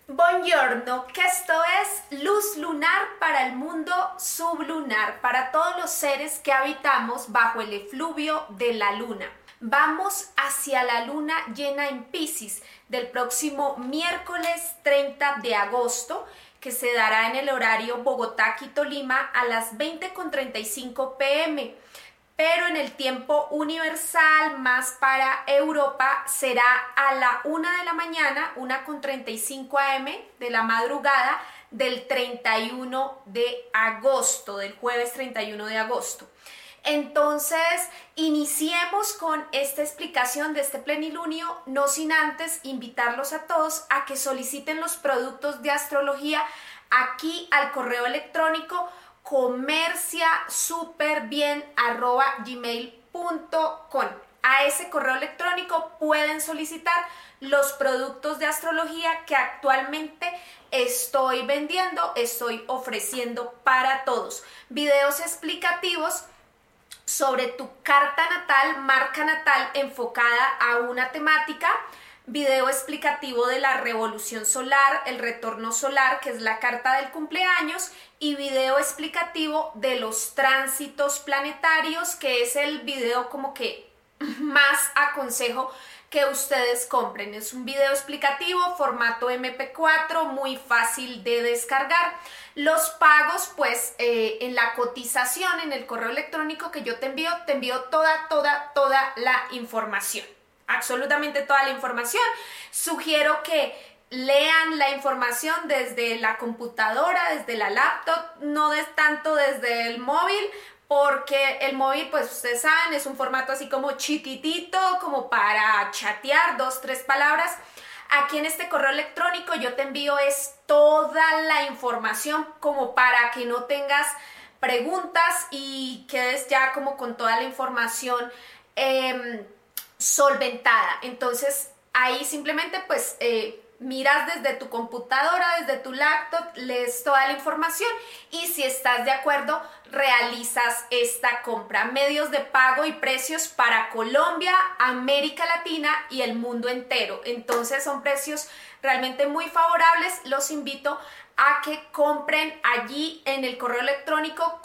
Buongiorno, que esto es luz lunar para el mundo sublunar, para todos los seres que habitamos bajo el efluvio de la luna. Vamos hacia la luna llena en Piscis del próximo miércoles 30 de agosto, que se dará en el horario Bogotá-Quito-Lima a las 20:35 p.m. Pero en el tiempo universal, más para Europa, será a la 1 de la mañana, 1:35 a.m. de la madrugada del 31 de agosto, del jueves 31 de agosto. Entonces, iniciemos con esta explicación de este plenilunio, no sin antes invitarlos a todos a que soliciten los productos de astrología aquí al correo electrónico comerciasuperbien@gmail.com. A ese correo electrónico pueden solicitar los productos de astrología que actualmente estoy vendiendo, estoy ofreciendo para todos. Videos explicativos sobre tu carta natal, marca natal enfocada a una temática, video explicativo de la revolución solar, el retorno solar, que es la carta del cumpleaños, y video explicativo de los tránsitos planetarios, que es el video como que más aconsejo que ustedes compren. Es un video explicativo, formato MP4, muy fácil de descargar. Los pagos, pues en la cotización, en el correo electrónico que yo te envío toda la información. Absolutamente toda la información. Sugiero que lean la información desde la computadora, desde la laptop, no tanto desde el móvil, porque el móvil, pues ustedes saben, es un formato así como chiquitito, como para chatear, 2, 3 palabras. Aquí en este correo electrónico yo te envío es toda la información como para que no tengas preguntas y quedes ya como con toda la información solventada. Entonces ahí simplemente pues miras desde tu computadora, desde tu laptop, lees toda la información y si estás de acuerdo realizas esta compra. Medios de pago y precios para Colombia, América Latina y el mundo entero. Entonces son precios realmente muy favorables. Los invito a que compren allí en el correo electrónico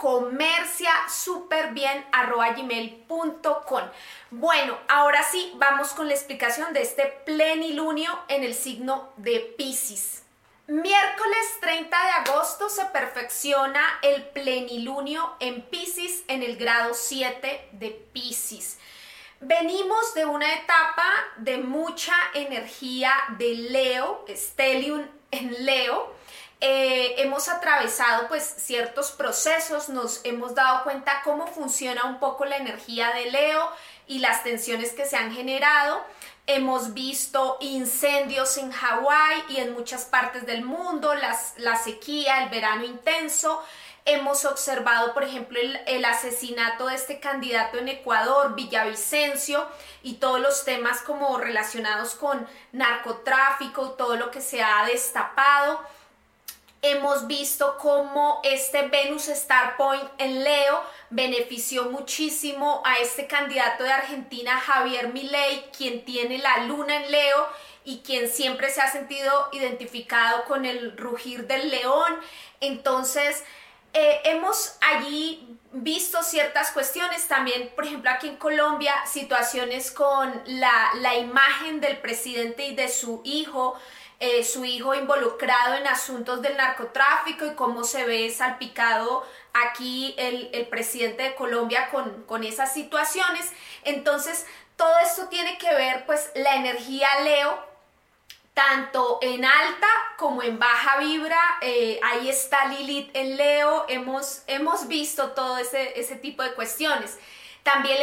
comerciasuperbien@gmail.com. Bueno, ahora sí, vamos con la explicación de este plenilunio en el signo de Piscis. Miércoles 30 de agosto se perfecciona el plenilunio en Piscis en el grado 7 de Piscis. Venimos de una etapa de mucha energía de Leo, stellium en Leo. Hemos atravesado pues ciertos procesos, nos hemos dado cuenta cómo funciona un poco la energía de Leo y las tensiones que se han generado. Hemos visto incendios en Hawái y en muchas partes del mundo, la sequía, el verano intenso. Hemos observado, por ejemplo, el asesinato de este candidato en Ecuador, Villavicencio, y todos los temas como relacionados con narcotráfico, todo lo que se ha destapado. Hemos visto cómo este Venus Star Point en Leo benefició muchísimo a este candidato de Argentina, Javier Milei, quien tiene la luna en Leo y quien siempre se ha sentido identificado con el rugir del león. Entonces, hemos allí visto ciertas cuestiones también, por ejemplo, aquí en Colombia, situaciones con la imagen del presidente y de su hijo involucrado en asuntos del narcotráfico y cómo se ve salpicado aquí el presidente de Colombia con esas situaciones. Entonces, todo esto tiene que ver, pues, la energía Leo, tanto en alta como en baja vibra. Ahí está Lilith en Leo. Hemos visto todo ese tipo de cuestiones. También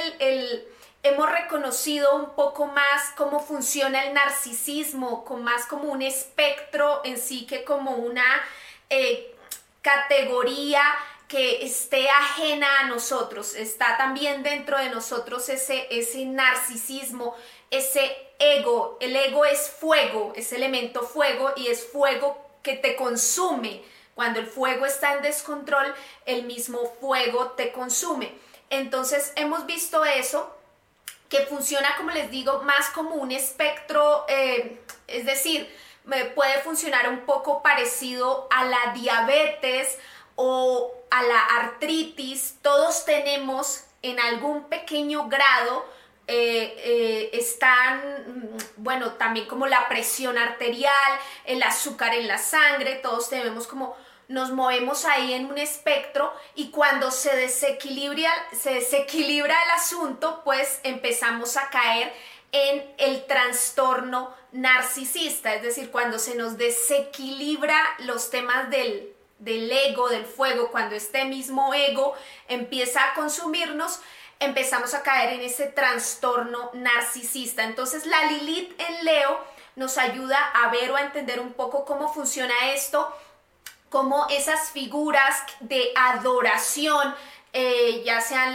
hemos reconocido un poco más cómo funciona el narcisismo, más como un espectro en sí que como una categoría que esté ajena a nosotros. Está también dentro de nosotros ese narcisismo, ese ego. El ego es fuego, es elemento fuego y es fuego que te consume. Cuando el fuego está en descontrol, el mismo fuego te consume. Entonces hemos visto eso, que funciona, como les digo, más como un espectro, es decir, puede funcionar un poco parecido a la diabetes o a la artritis. Todos tenemos en algún pequeño grado, bueno, también como la presión arterial, el azúcar en la sangre, todos tenemos como, nos movemos ahí en un espectro, y cuando se desequilibra el asunto, pues empezamos a caer en el trastorno narcisista, es decir, cuando se nos desequilibra los temas del ego, del fuego, cuando este mismo ego empieza a consumirnos, empezamos a caer en ese trastorno narcisista. Entonces la Lilith en Leo nos ayuda a ver o a entender un poco cómo funciona esto, cómo esas figuras de adoración, ya sean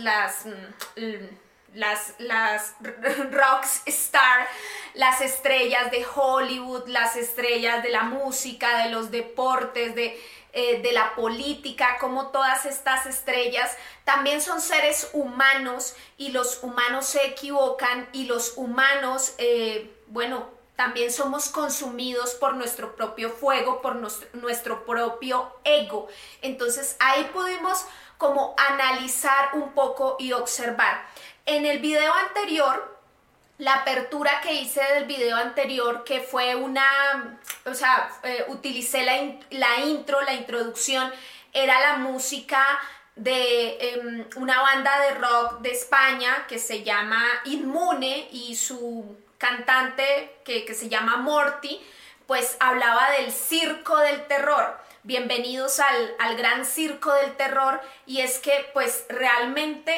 las rock star, las estrellas de Hollywood, las estrellas de la música, de los deportes, de la política, como todas estas estrellas también son seres humanos, y los humanos se equivocan, y los humanos, bueno, también somos consumidos por nuestro propio fuego, por nuestro propio ego. Entonces ahí pudimos como analizar un poco y observar. En el video anterior, la apertura que hice del video anterior, que fue utilicé la intro, la introducción, era la música de una banda de rock de España que se llama Inmune, y su cantante que se llama Morty, pues hablaba del circo del terror. Bienvenidos al gran circo del terror. Y es que pues realmente,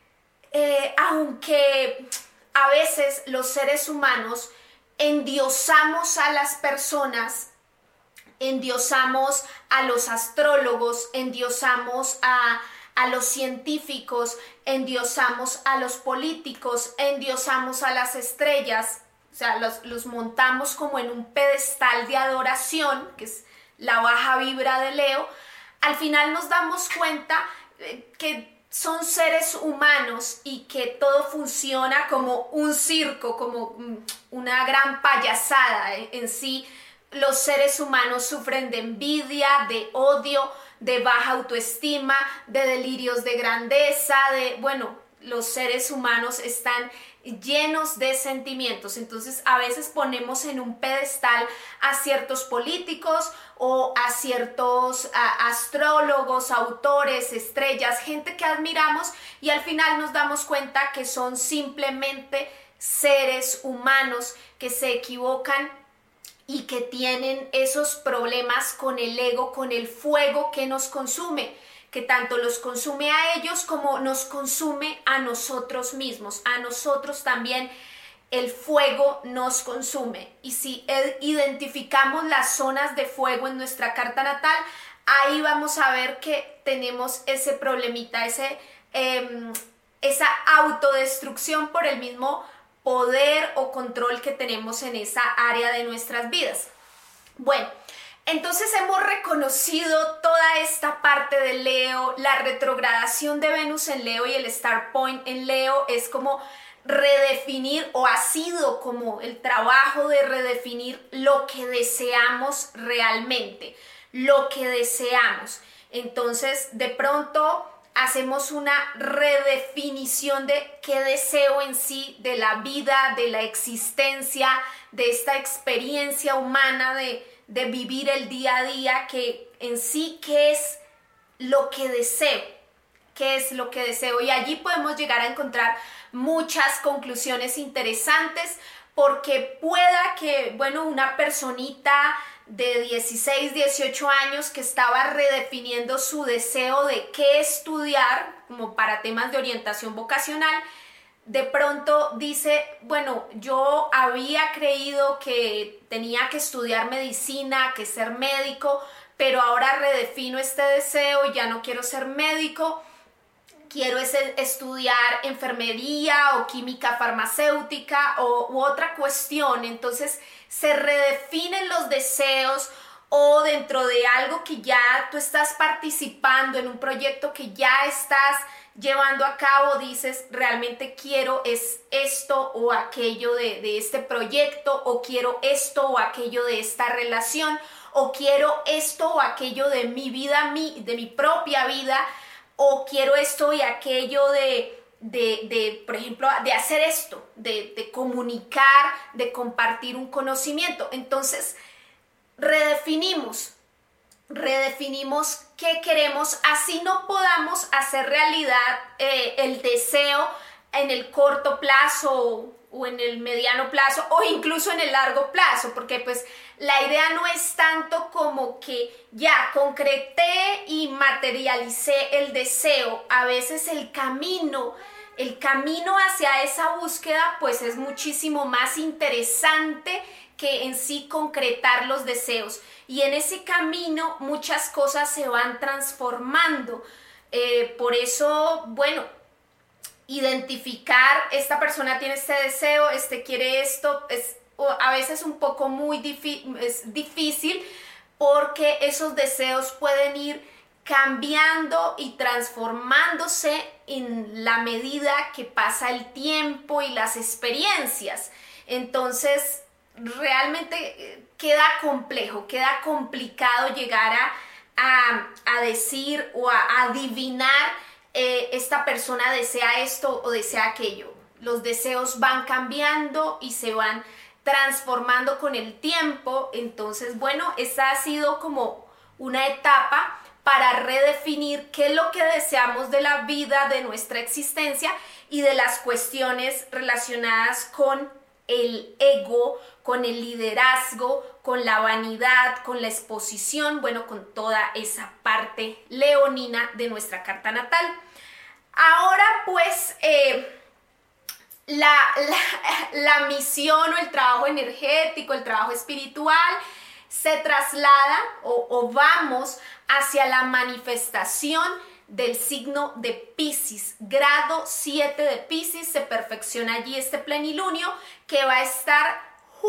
aunque a veces los seres humanos endiosamos a las personas, endiosamos a los astrólogos, endiosamos a los científicos, endiosamos a los políticos, endiosamos a las estrellas, o sea, los montamos como en un pedestal de adoración, que es la baja vibra de Leo. Al final nos damos cuenta que son seres humanos y que todo funciona como un circo, como una gran payasada. En sí, los seres humanos sufren de envidia, de odio, de baja autoestima, de delirios de grandeza, los seres humanos están llenos de sentimientos. Entonces a veces ponemos en un pedestal a ciertos políticos o a ciertos astrólogos, autores, estrellas, gente que admiramos, y al final nos damos cuenta que son simplemente seres humanos que se equivocan y que tienen esos problemas con el ego, con el fuego que nos consume, que tanto los consume a ellos como nos consume a nosotros mismos. A nosotros también el fuego nos consume. Y si identificamos las zonas de fuego en nuestra carta natal, ahí vamos a ver que tenemos ese problemita, esa autodestrucción por el mismo poder o control que tenemos en esa área de nuestras vidas. Bueno, entonces hemos reconocido toda esta parte de Leo. La retrogradación de Venus en Leo y el Star Point en Leo es como redefinir, o ha sido como el trabajo de redefinir lo que deseamos realmente, lo que deseamos. Entonces, de pronto hacemos una redefinición de qué deseo en sí, de la vida, de la existencia, de esta experiencia humana de vivir el día a día, que en sí, qué es lo que deseo, qué es lo que deseo. Y allí podemos llegar a encontrar muchas conclusiones interesantes, porque pueda que, una personita de 16, 18 años que estaba redefiniendo su deseo de qué estudiar, como para temas de orientación vocacional, de pronto dice, yo había creído que tenía que estudiar medicina, que ser médico, pero ahora redefino este deseo, ya no quiero ser médico, quiero estudiar enfermería o química farmacéutica u otra cuestión. Entonces se redefinen los deseos, o dentro de algo que ya tú estás participando, en un proyecto que ya estás llevando a cabo, dices, realmente quiero es esto o aquello de este proyecto, o quiero esto o aquello de esta relación, o quiero esto o aquello de mi vida, de mi propia vida, o quiero esto y aquello por ejemplo, de hacer esto, de comunicar, de compartir un conocimiento. Entonces, redefinimos qué queremos, así no podamos hacer realidad el deseo en el corto plazo o en el mediano plazo o incluso en el largo plazo, porque pues la idea no es tanto como que ya concreté y materialicé el deseo. A veces el camino hacia esa búsqueda pues es muchísimo más interesante que en sí concretar los deseos, y en ese camino muchas cosas se van transformando. Por eso, bueno, identificar, esta persona tiene este deseo, este quiere esto, es a veces un poco es difícil, porque esos deseos pueden ir cambiando y transformándose en la medida que pasa el tiempo y las experiencias. Entonces, realmente queda complejo, queda complicado llegar a decir o a adivinar esta persona desea esto o desea aquello. Los deseos van cambiando y se van transformando con el tiempo. Entonces, bueno, esta ha sido como una etapa para redefinir qué es lo que deseamos de la vida, de nuestra existencia y de las cuestiones relacionadas con el ego, con el liderazgo, con la vanidad, con la exposición, bueno, con toda esa parte leonina de nuestra carta natal. Ahora pues la misión o el trabajo energético, el trabajo espiritual se traslada o vamos hacia la manifestación del signo de Piscis, grado 7 de Piscis. Se perfecciona allí este plenilunio que va a estar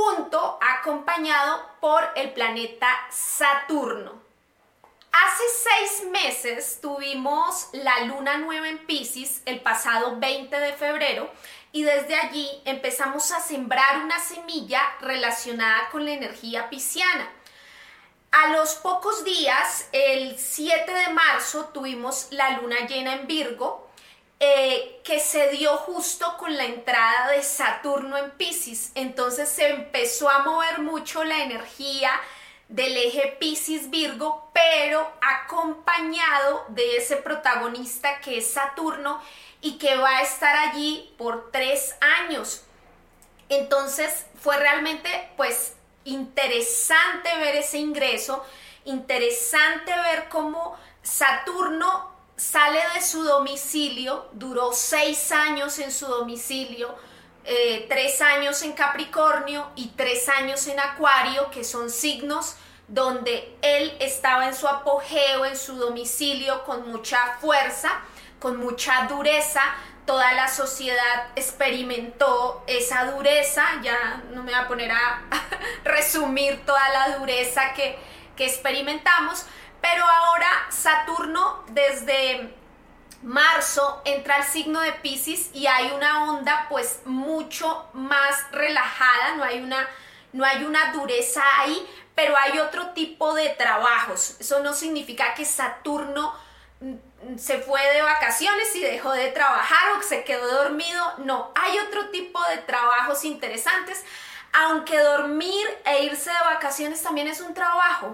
acompañado por el planeta Saturno. Hace 6 meses tuvimos la luna nueva en Piscis el pasado 20 de febrero, y desde allí empezamos a sembrar una semilla relacionada con la energía pisciana. A los pocos días, el 7 de marzo, tuvimos la luna llena en Virgo, que se dio justo con la entrada de Saturno en Piscis. Entonces se empezó a mover mucho la energía del eje Piscis-Virgo, pero acompañado de ese protagonista que es Saturno y que va a estar allí por 3 años. Entonces fue realmente pues interesante ver ese ingreso, interesante ver cómo Saturno sale de su domicilio, duró 6 años en su domicilio, 3 años en Capricornio y 3 años en Acuario, que son signos donde él estaba en su apogeo, en su domicilio, con mucha fuerza, con mucha dureza. Toda la sociedad experimentó esa dureza. Ya no me voy a poner a resumir toda la dureza que experimentamos, pero ahora Saturno desde marzo entra al signo de Piscis y hay una onda pues mucho más relajada, no hay una dureza ahí, pero hay otro tipo de trabajos. Eso no significa que Saturno se fue de vacaciones y dejó de trabajar o se quedó dormido. No, hay otro tipo de trabajos interesantes, aunque dormir e irse de vacaciones también es un trabajo,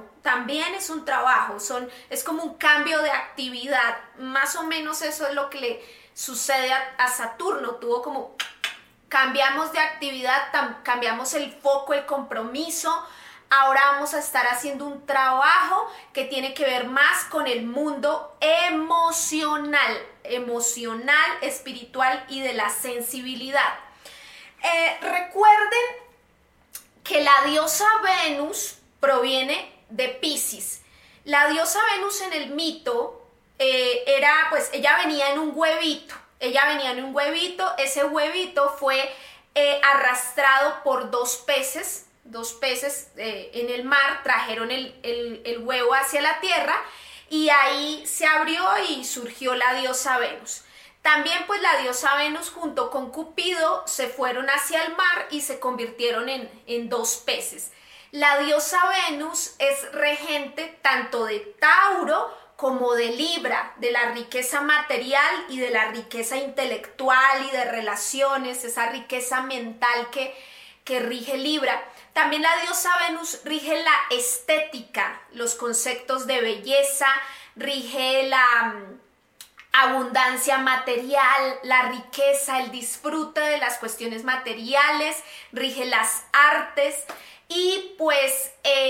es como un cambio de actividad. Más o menos eso es lo que le sucede a Saturno. Tuvo como, cambiamos de actividad, cambiamos el foco, el compromiso. Ahora vamos a estar haciendo un trabajo que tiene que ver más con el mundo emocional, espiritual y de la sensibilidad. Recuerden que la diosa Venus proviene de Piscis. La diosa Venus en el mito ella venía en un huevito. Ese huevito fue arrastrado por 2 peces. dos peces en el mar, trajeron el huevo hacia la tierra y ahí se abrió y surgió la diosa Venus. También pues la diosa Venus junto con Cupido se fueron hacia el mar y se convirtieron en dos peces. La diosa Venus es regente tanto de Tauro como de Libra, de la riqueza material y de la riqueza intelectual y de relaciones, esa riqueza mental que rige Libra. También la diosa Venus rige la estética, los conceptos de belleza, rige la abundancia material, la riqueza, el disfrute de las cuestiones materiales, rige las artes. Y pues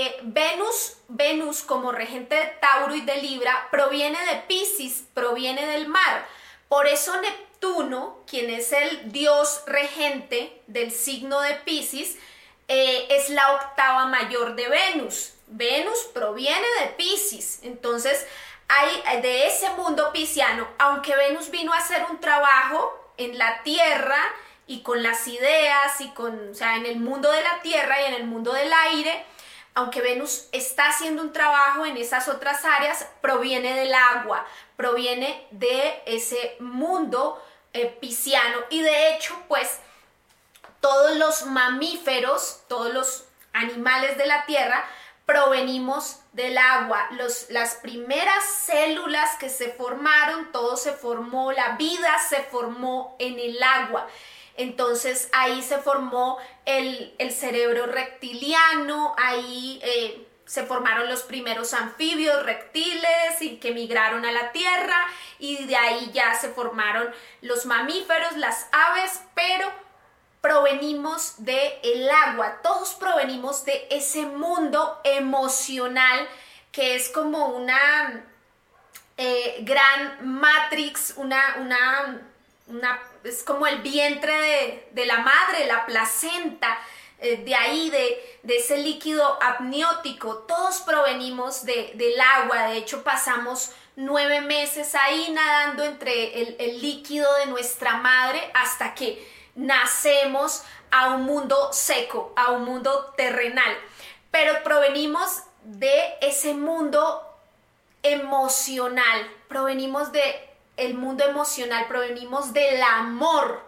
Venus como regente de Tauro y de Libra proviene de Piscis, proviene del mar. Por eso Neptuno, quien es el dios regente del signo de Piscis, es la octava mayor de Venus. Venus proviene de Piscis, entonces hay de ese mundo pisciano, aunque Venus vino a hacer un trabajo en la Tierra y con las ideas y o sea, en el mundo de la tierra y en el mundo del aire, aunque Venus está haciendo un trabajo en esas otras áreas, proviene del agua, proviene de ese mundo pisciano. Y de hecho, pues, todos los mamíferos, todos los animales de la tierra, provenimos del agua. Las primeras células que se formaron, todo se formó, la vida se formó en el agua. Entonces ahí se formó el cerebro reptiliano, ahí se formaron los primeros anfibios, reptiles y que migraron a la tierra, y de ahí ya se formaron los mamíferos, las aves, pero provenimos del agua, todos provenimos de ese mundo emocional que es como una gran matrix, es como el vientre de la madre, la placenta, de ahí, de ese líquido amniótico. Todos provenimos del agua. De hecho, pasamos 9 meses ahí nadando entre el líquido de nuestra madre hasta que nacemos a un mundo seco, a un mundo terrenal. Pero provenimos de ese mundo emocional, provenimos del mundo emocional, provenimos del amor,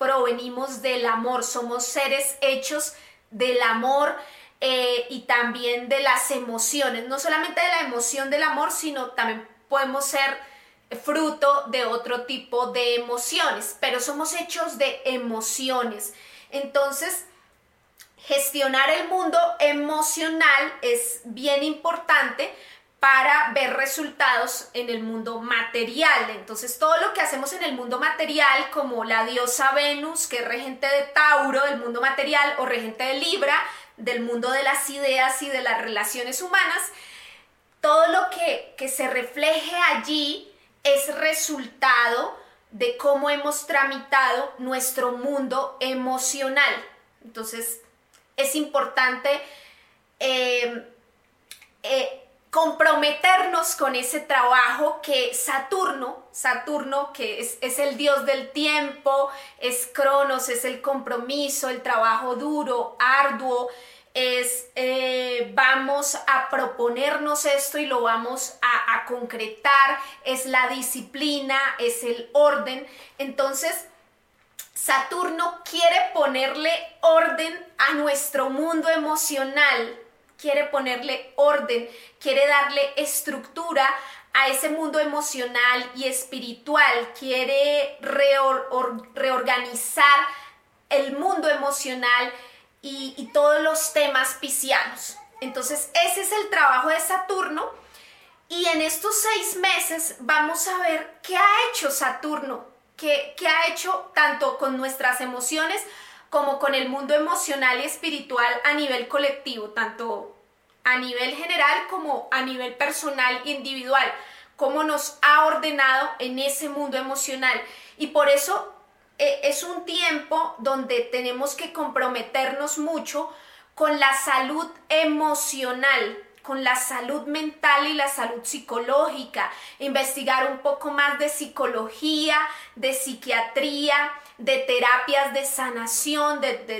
somos seres hechos del amor y también de las emociones, no solamente de la emoción del amor, sino también podemos ser fruto de otro tipo de emociones, pero somos hechos de emociones. Entonces, gestionar el mundo emocional es bien importante para ver resultados en el mundo material. Entonces, todo lo que hacemos en el mundo material, como la diosa Venus, que es regente de Tauro, del mundo material, o regente de Libra, del mundo de las ideas y de las relaciones humanas, todo lo que se refleje allí es resultado de cómo hemos tramitado nuestro mundo emocional. Entonces, es importante comprometernos con ese trabajo que Saturno, que es el dios del tiempo, es Cronos, es el compromiso, el trabajo duro, arduo, vamos a proponernos esto y lo vamos a concretar, es la disciplina, es el orden. Entonces, Saturno quiere ponerle orden a nuestro mundo emocional, quiere ponerle orden, quiere darle estructura a ese mundo emocional y espiritual, quiere reorganizar el mundo emocional y todos los temas piscianos. Entonces, ese es el trabajo de Saturno, y en estos 6 meses vamos a ver qué ha hecho Saturno, qué ha hecho tanto con nuestras emociones como con el mundo emocional y espiritual a nivel colectivo, tanto a nivel general como a nivel personal e individual, cómo nos ha ordenado en ese mundo emocional. Y por eso es un tiempo donde tenemos que comprometernos mucho con la salud emocional, con la salud mental y la salud psicológica, investigar un poco más de psicología, de psiquiatría, de terapias de sanación, de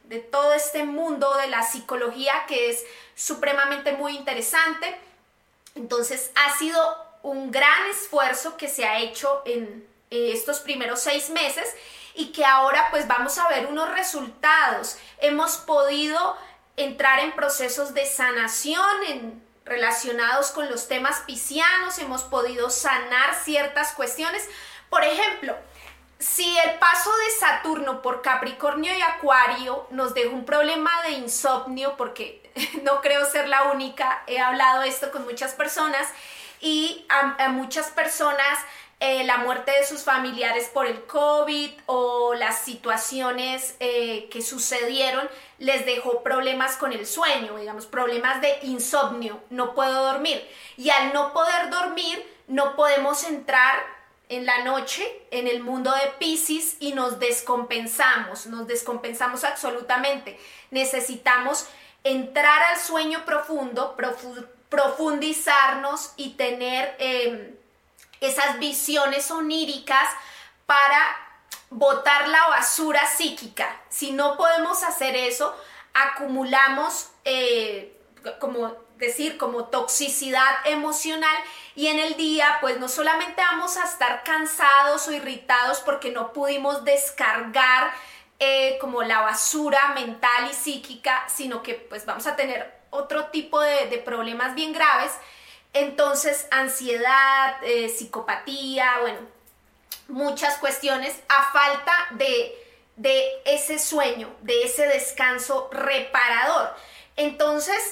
de todo este mundo de la psicología que es supremamente muy interesante. Entonces ha sido un gran esfuerzo que se ha hecho en estos primeros 6 meses y que ahora pues vamos a ver unos resultados. Hemos podido entrar en procesos de sanación relacionados con los temas piscianos, hemos podido sanar ciertas cuestiones. Por ejemplo, si el paso de Saturno por Capricornio y Acuario nos dejó un problema de insomnio, porque no creo ser la única, he hablado esto con muchas personas, y a muchas personas la muerte de sus familiares por el COVID o las situaciones que sucedieron les dejó problemas con el sueño, digamos, problemas de insomnio, no puedo dormir. Y al no poder dormir, no podemos entrar en la noche en el mundo de Piscis y nos descompensamos absolutamente. Necesitamos entrar al sueño profundo, profundizarnos y tener esas visiones oníricas para botar la basura psíquica. Si no podemos hacer eso, acumulamos como toxicidad emocional, y en el día pues no solamente vamos a estar cansados o irritados porque no pudimos descargar como la basura mental y psíquica, sino que pues vamos a tener otro tipo de problemas bien graves. Entonces, ansiedad, psicopatía, bueno, muchas cuestiones a falta de ese sueño, de ese descanso reparador. Entonces,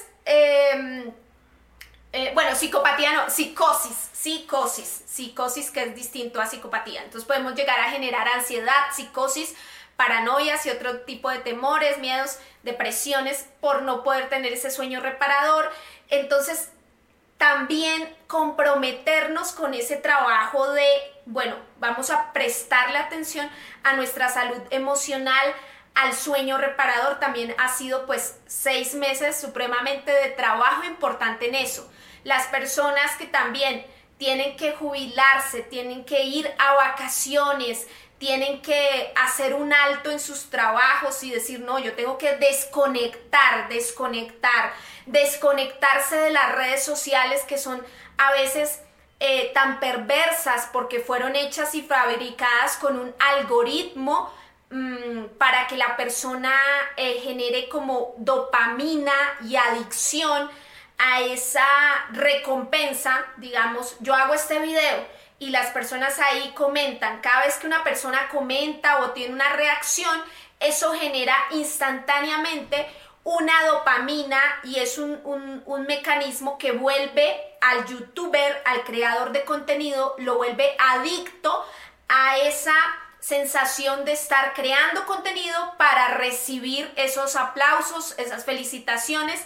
bueno, psicopatía no, psicosis, que es distinto a psicopatía. Entonces podemos llegar a generar ansiedad, psicosis, paranoias y otro tipo de temores, miedos, depresiones por no poder tener ese sueño reparador. Entonces, también comprometernos con ese trabajo de, bueno, vamos a prestarle atención a nuestra salud emocional, al sueño reparador. También ha sido pues 6 meses supremamente de trabajo importante en eso. Las personas que también tienen que jubilarse, tienen que ir a vacaciones, tienen que hacer un alto en sus trabajos y decir, no, yo tengo que desconectarse de las redes sociales, que son a veces tan perversas porque fueron hechas y fabricadas con un algoritmo para que la persona genere como dopamina y adicción a esa recompensa. Digamos, yo hago este video y las personas ahí comentan. Cada vez que una persona comenta o tiene una reacción, eso genera instantáneamente una dopamina, y es un mecanismo que vuelve al youtuber, al creador de contenido, lo vuelve adicto a esa sensación de estar creando contenido para recibir esos aplausos, esas felicitaciones,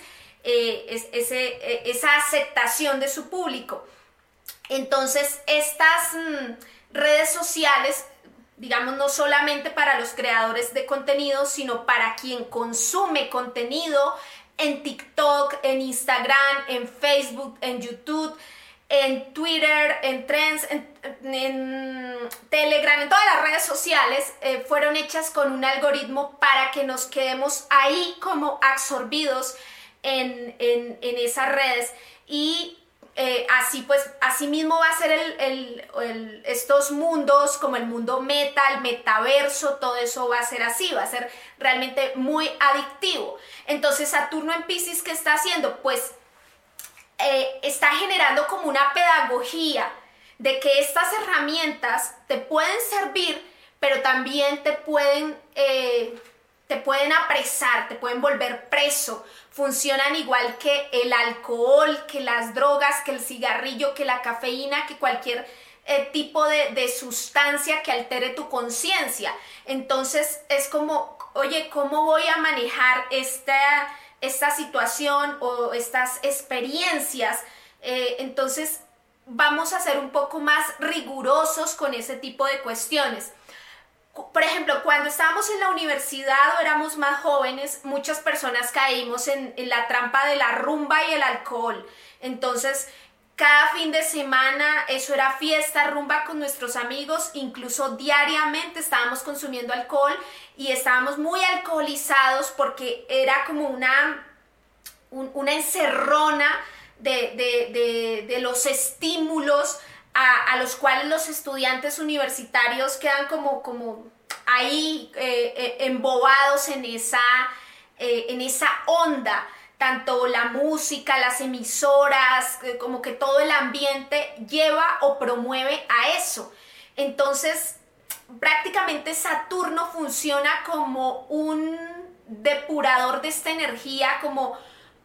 esa aceptación de su público. Entonces, estas redes sociales, digamos, no solamente para los creadores de contenido, sino para quien consume contenido en TikTok, en Instagram, en Facebook, en YouTube, en Twitter, en Trends, en Telegram, en todas las redes sociales, fueron hechas con un algoritmo para que nos quedemos ahí como absorbidos en esas redes. Y así pues, así mismo va a ser estos mundos, como el mundo meta, el metaverso, todo eso va a ser así, va a ser realmente muy adictivo. Entonces, Saturno en Piscis, ¿qué está haciendo? Pues está generando como una pedagogía de que estas herramientas te pueden servir, pero también te pueden apresar, te pueden volver preso. Funcionan igual que el alcohol, que las drogas, que el cigarrillo, que la cafeína, que cualquier tipo de sustancia que altere tu conciencia. Entonces es como, oye, ¿cómo voy a manejar esta situación o estas experiencias? Entonces vamos a ser un poco más rigurosos con ese tipo de cuestiones. Por ejemplo, cuando estábamos en la universidad o éramos más jóvenes, muchas personas caímos en la trampa de la rumba y el alcohol. Entonces, cada fin de semana eso era fiesta, rumba con nuestros amigos, incluso diariamente estábamos consumiendo alcohol y estábamos muy alcoholizados porque era como una encerrona de los estímulos a los cuales los estudiantes universitarios quedan como ahí embobados en esa onda. Tanto la música, las emisoras, como que todo el ambiente lleva o promueve a eso. Entonces, prácticamente Saturno funciona como un depurador de esta energía, como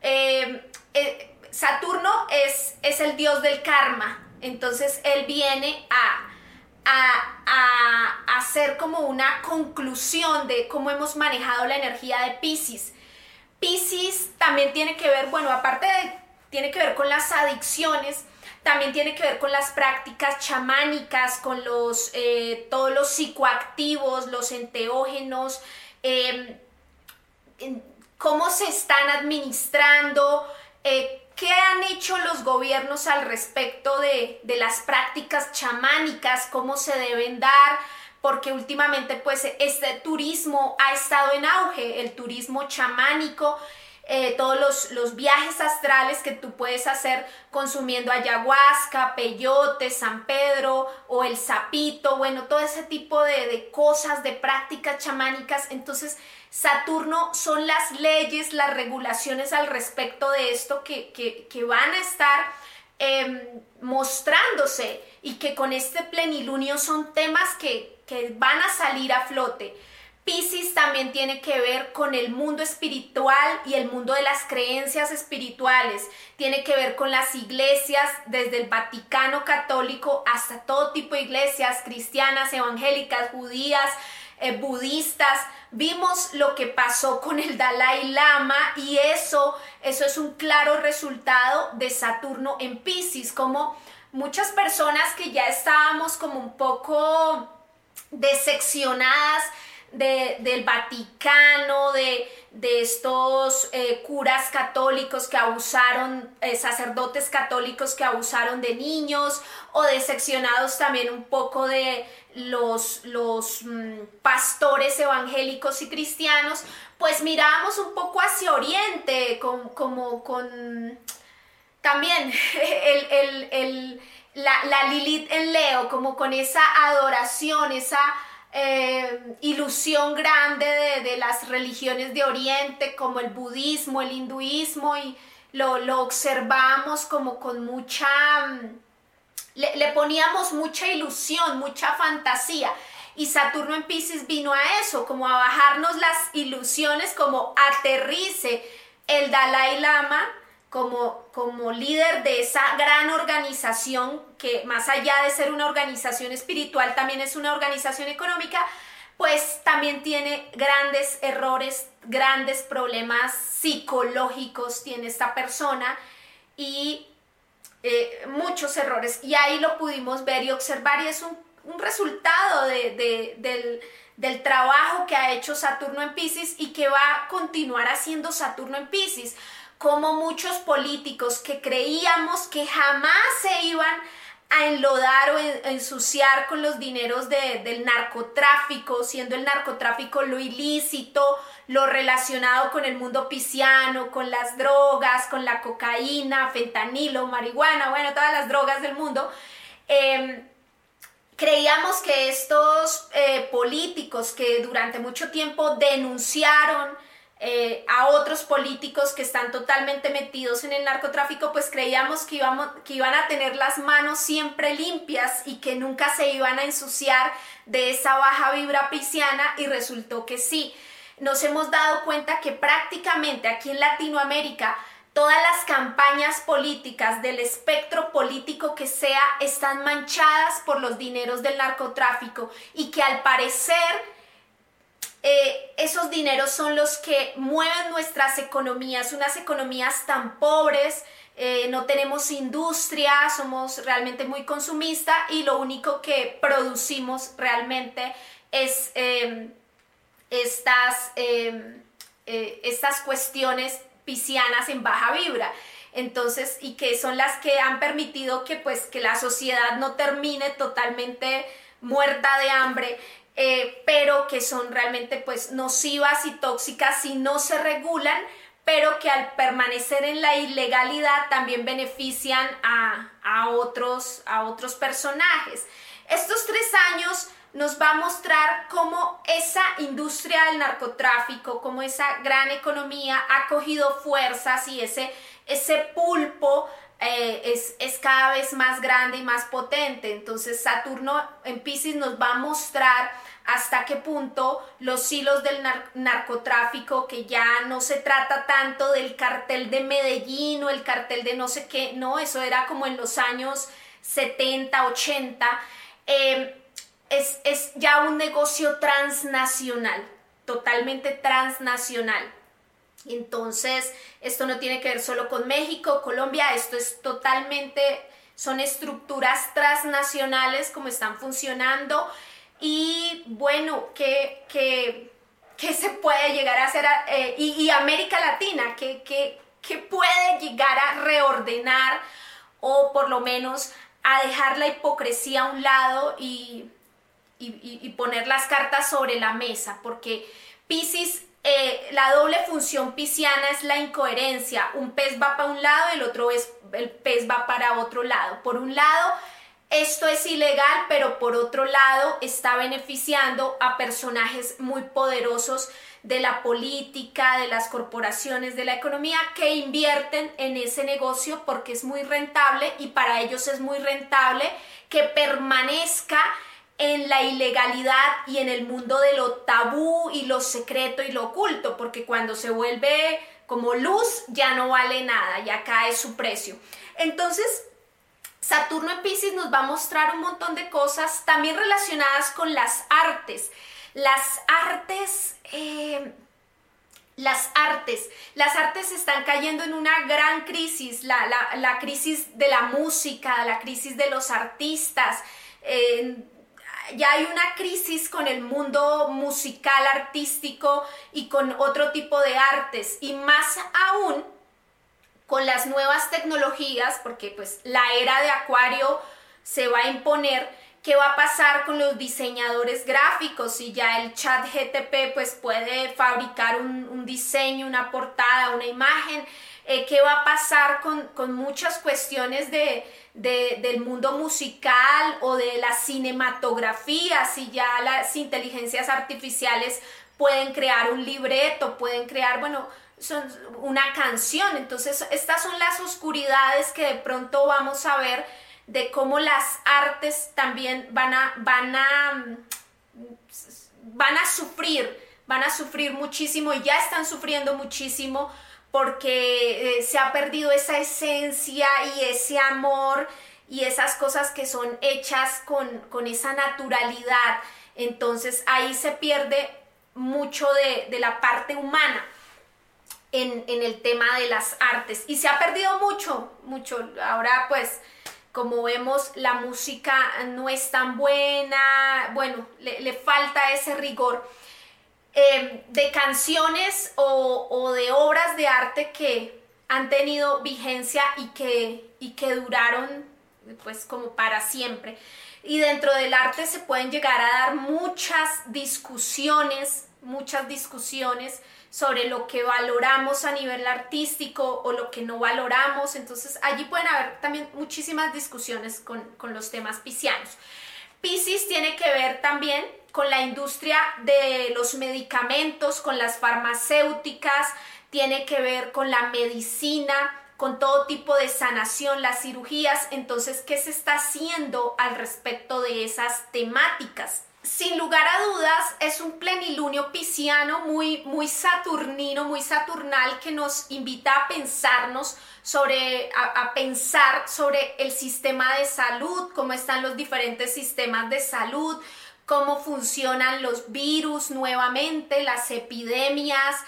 Saturno es el dios del karma. Entonces, él viene a hacer como una conclusión de cómo hemos manejado la energía de Piscis. Piscis también tiene que ver, bueno, tiene que ver con las adicciones, también tiene que ver con las prácticas chamánicas, con todos los psicoactivos, los enteógenos, cómo se están administrando, qué han hecho los gobiernos al respecto de las prácticas chamánicas, cómo se deben dar, porque últimamente pues este turismo ha estado en auge, el turismo chamánico, todos los viajes astrales que tú puedes hacer consumiendo ayahuasca, peyote, San Pedro o el sapito, bueno, todo ese tipo de cosas, de prácticas chamánicas. Entonces Saturno son las leyes, las regulaciones al respecto de esto que van a estar mostrándose y que con este plenilunio son temas que van a salir a flote. Piscis también tiene que ver con el mundo espiritual y el mundo de las creencias espirituales. Tiene que ver con las iglesias, desde el Vaticano católico hasta todo tipo de iglesias, cristianas, evangélicas, judías, budistas. Vimos lo que pasó con el Dalai Lama y eso es un claro resultado de Saturno en Piscis, como muchas personas que ya estábamos como un poco decepcionadas del Vaticano, de estos curas católicos que abusaron, sacerdotes católicos que abusaron de niños, o decepcionados también un poco de los pastores evangélicos y cristianos, pues mirábamos un poco hacia Oriente, como con también la Lilith en Leo, como con esa adoración, esa ilusión grande de las religiones de Oriente, como el budismo, el hinduismo, y lo observamos como con mucha... le poníamos mucha ilusión, mucha fantasía. Y Saturno en Piscis vino a eso, como a bajarnos las ilusiones, como aterrice el Dalai Lama como líder de esa gran organización que, más allá de ser una organización espiritual, también es una organización económica, pues también tiene grandes errores, grandes problemas psicológicos tiene esta persona y muchos errores. Y ahí lo pudimos ver y observar, y es un resultado del trabajo que ha hecho Saturno en Piscis y que va a continuar haciendo Saturno en Piscis. Como muchos políticos que creíamos que jamás se iban a enlodar o ensuciar con los dineros del narcotráfico, siendo el narcotráfico lo ilícito, lo relacionado con el mundo pisciano, con las drogas, con la cocaína, fentanilo, marihuana, bueno, todas las drogas del mundo. Creíamos que estos políticos que durante mucho tiempo denunciaron a otros políticos que están totalmente metidos en el narcotráfico, pues creíamos que iban a tener las manos siempre limpias y que nunca se iban a ensuciar de esa baja vibra pisciana, y resultó que sí. Nos hemos dado cuenta que prácticamente aquí en Latinoamérica todas las campañas políticas del espectro político que sea están manchadas por los dineros del narcotráfico, y que al parecer esos dineros son los que mueven nuestras economías, unas economías tan pobres, no tenemos industria, somos realmente muy consumistas y lo único que producimos realmente es estas cuestiones piscianas en baja vibra. Entonces, y que son las que han permitido que pues que la sociedad no termine totalmente muerta de hambre, pero que son realmente pues nocivas y tóxicas si no se regulan, pero que al permanecer en la ilegalidad también benefician a otros personajes. Estos 3 años nos va a mostrar cómo esa industria del narcotráfico, cómo esa gran economía ha cogido fuerzas y ese pulpo es cada vez más grande y más potente. Entonces Saturno en Piscis nos va a mostrar hasta qué punto los hilos del narcotráfico, que ya no se trata tanto del cartel de Medellín o el cartel de no sé qué, no, eso era como en los años 70, 80, es ya un negocio transnacional, totalmente transnacional. Entonces, esto no tiene que ver solo con México, Colombia, esto es totalmente, son estructuras transnacionales como están funcionando. Y bueno, ¿qué se puede llegar a hacer? Y América Latina, ¿qué puede llegar a reordenar o por lo menos a dejar la hipocresía a un lado y poner las cartas sobre la mesa? Porque Piscis, la doble función pisciana es la incoherencia. Un pez va para un lado y el pez va para otro lado. Por un lado, esto es ilegal, pero por otro lado está beneficiando a personajes muy poderosos de la política, de las corporaciones, de la economía, que invierten en ese negocio porque es muy rentable, y para ellos es muy rentable que permanezca en la ilegalidad y en el mundo de lo tabú y lo secreto y lo oculto, porque cuando se vuelve como luz ya no vale nada, ya cae su precio. Entonces, Saturno en Piscis nos va a mostrar un montón de cosas también relacionadas con las artes. Las artes están cayendo en una gran crisis, la crisis de la música, la crisis de los artistas. Ya hay una crisis con el mundo musical, artístico y con otro tipo de artes, y más aún con las nuevas tecnologías, porque pues la era de Acuario se va a imponer. ¿Qué va a pasar con los diseñadores gráficos? Si ya el chat GTP pues puede fabricar un diseño, una portada, una imagen. ¿Qué va a pasar con muchas cuestiones del mundo musical o de la cinematografía? Si ya las inteligencias artificiales pueden crear un libreto, pueden crear, son una canción. Entonces estas son las oscuridades que de pronto vamos a ver, de cómo las artes también van a sufrir muchísimo, y ya están sufriendo muchísimo, porque se ha perdido esa esencia y ese amor y esas cosas que son hechas con esa naturalidad. Entonces ahí se pierde mucho de la parte humana en el tema de las artes, y se ha perdido mucho. Ahora pues, como vemos, la música no es tan buena, le falta ese rigor de canciones o de obras de arte que han tenido vigencia y que duraron pues como para siempre. Y dentro del arte se pueden llegar a dar muchas discusiones sobre lo que valoramos a nivel artístico o lo que no valoramos. Entonces allí pueden haber también muchísimas discusiones con los temas piscianos. Piscis tiene que ver también con la industria de los medicamentos, con las farmacéuticas, tiene que ver con la medicina, con todo tipo de sanación, las cirugías. Entonces, ¿qué se está haciendo al respecto de esas temáticas? Sin lugar a dudas, es un plenilunio pisciano muy saturnino, muy saturnal, que nos invita a pensarnos a pensar sobre el sistema de salud, cómo están los diferentes sistemas de salud, cómo funcionan los virus nuevamente, las epidemias,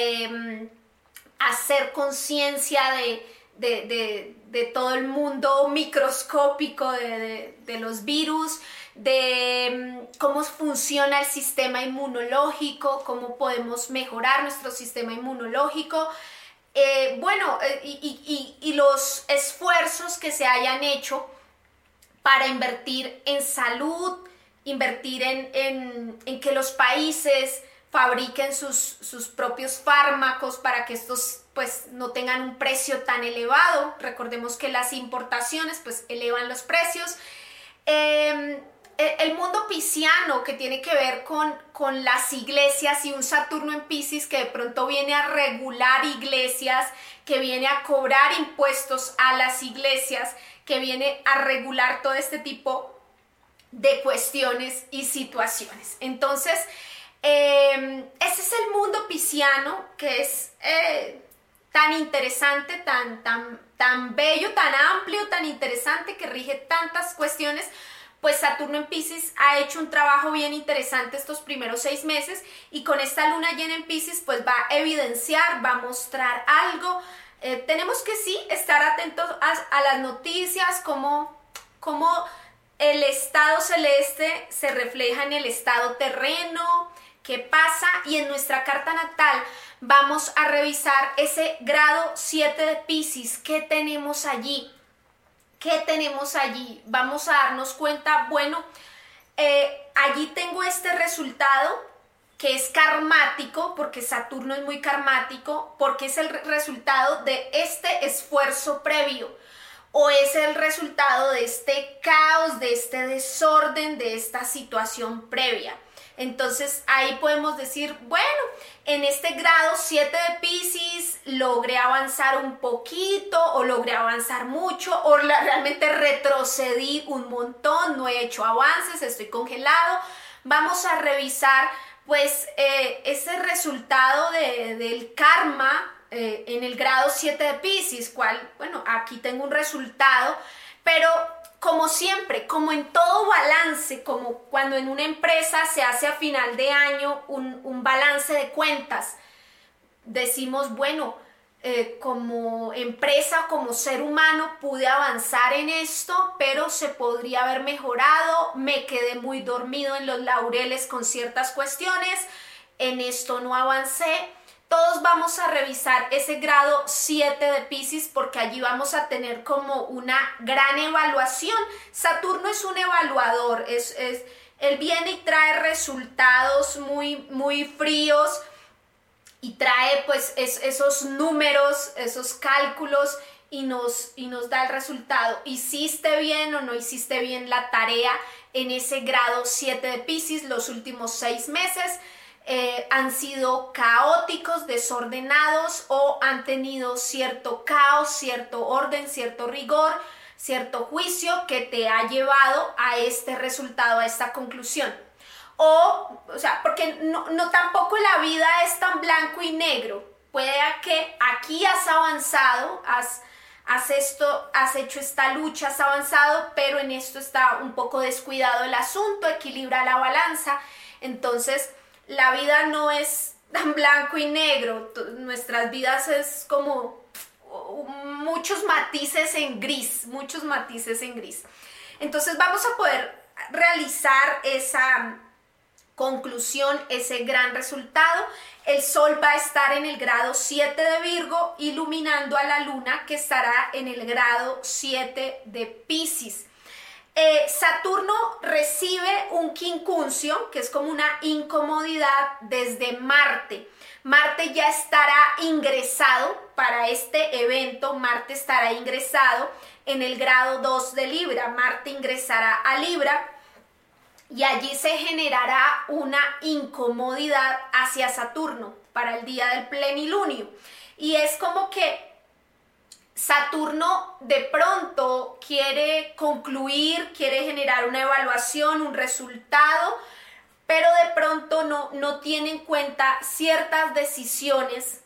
hacer conciencia de todo el mundo microscópico de los virus, de cómo funciona el sistema inmunológico, cómo podemos mejorar nuestro sistema inmunológico. y los esfuerzos que se hayan hecho para invertir en salud, invertir en que los países fabriquen sus propios fármacos para que estos pues no tengan un precio tan elevado. Recordemos que las importaciones pues elevan los precios. El mundo pisciano, que tiene que ver con las iglesias, y un Saturno en Piscis que de pronto viene a regular iglesias, que viene a cobrar impuestos a las iglesias, que viene a regular todo este tipo de cuestiones y situaciones. Entonces, ese es el mundo pisciano, que es tan interesante, tan bello, tan amplio, tan interesante, que rige tantas cuestiones. Pues Saturno en Piscis ha hecho un trabajo bien interesante estos primeros 6 meses, y con esta luna llena en Piscis pues va a evidenciar, va a mostrar algo. Tenemos que sí estar atentos a las noticias, cómo el estado celeste se refleja en el estado terreno, qué pasa, y en nuestra carta natal vamos a revisar ese grado 7 de Piscis. ¿Qué tenemos allí? ¿Qué tenemos allí? Vamos a darnos cuenta, bueno, allí tengo este resultado que es karmático, porque Saturno es muy karmático, porque es el resultado de este esfuerzo previo, o es el resultado de este caos, de este desorden, de esta situación previa. Entonces ahí podemos decir, bueno, en este grado 7 de Piscis logré avanzar un poquito, o logré avanzar mucho, o realmente retrocedí un montón, no he hecho avances, estoy congelado. Vamos a revisar pues ese resultado del karma en el grado 7 de Piscis, bueno, aquí tengo un resultado, pero como siempre, como en todo balance, como cuando en una empresa se hace a final de año un balance de cuentas, decimos, bueno, como empresa, como ser humano, pude avanzar en esto, pero se podría haber mejorado, me quedé muy dormido en los laureles con ciertas cuestiones, en esto no avancé. Todos vamos a revisar ese grado 7 de Piscis, porque allí vamos a tener como una gran evaluación. Saturno es un evaluador, él viene y trae resultados muy fríos, y trae pues esos números, esos cálculos, y nos da el resultado. ¿Hiciste bien o no hiciste bien la tarea en ese grado 7 de Piscis? Los últimos 6 meses han sido caóticos, desordenados, o han tenido cierto caos, cierto orden, cierto rigor, cierto juicio que te ha llevado a este resultado, a esta conclusión. O sea, porque no tampoco la vida es tan blanco y negro. Puede que aquí has avanzado, has hecho esta lucha, has avanzado, pero en esto está un poco descuidado el asunto, equilibra la balanza. Entonces, la vida no es tan blanco y negro. Nuestras vidas es como muchos matices en gris, muchos matices en gris. Entonces vamos a poder realizar esa conclusión, ese gran resultado. El Sol va a estar en el grado 7 de Virgo, iluminando a la Luna, que estará en el grado 7 de Piscis. Saturno recibe un quincuncio, que es como una incomodidad, desde Marte. Marte ya estará ingresado para este evento. Marte estará ingresado en el grado 2 de Libra. Marte ingresará a Libra, y allí se generará una incomodidad hacia Saturno para el día del plenilunio. Y es como que Saturno de pronto quiere concluir, quiere generar una evaluación, un resultado, pero de pronto no tiene en cuenta ciertas decisiones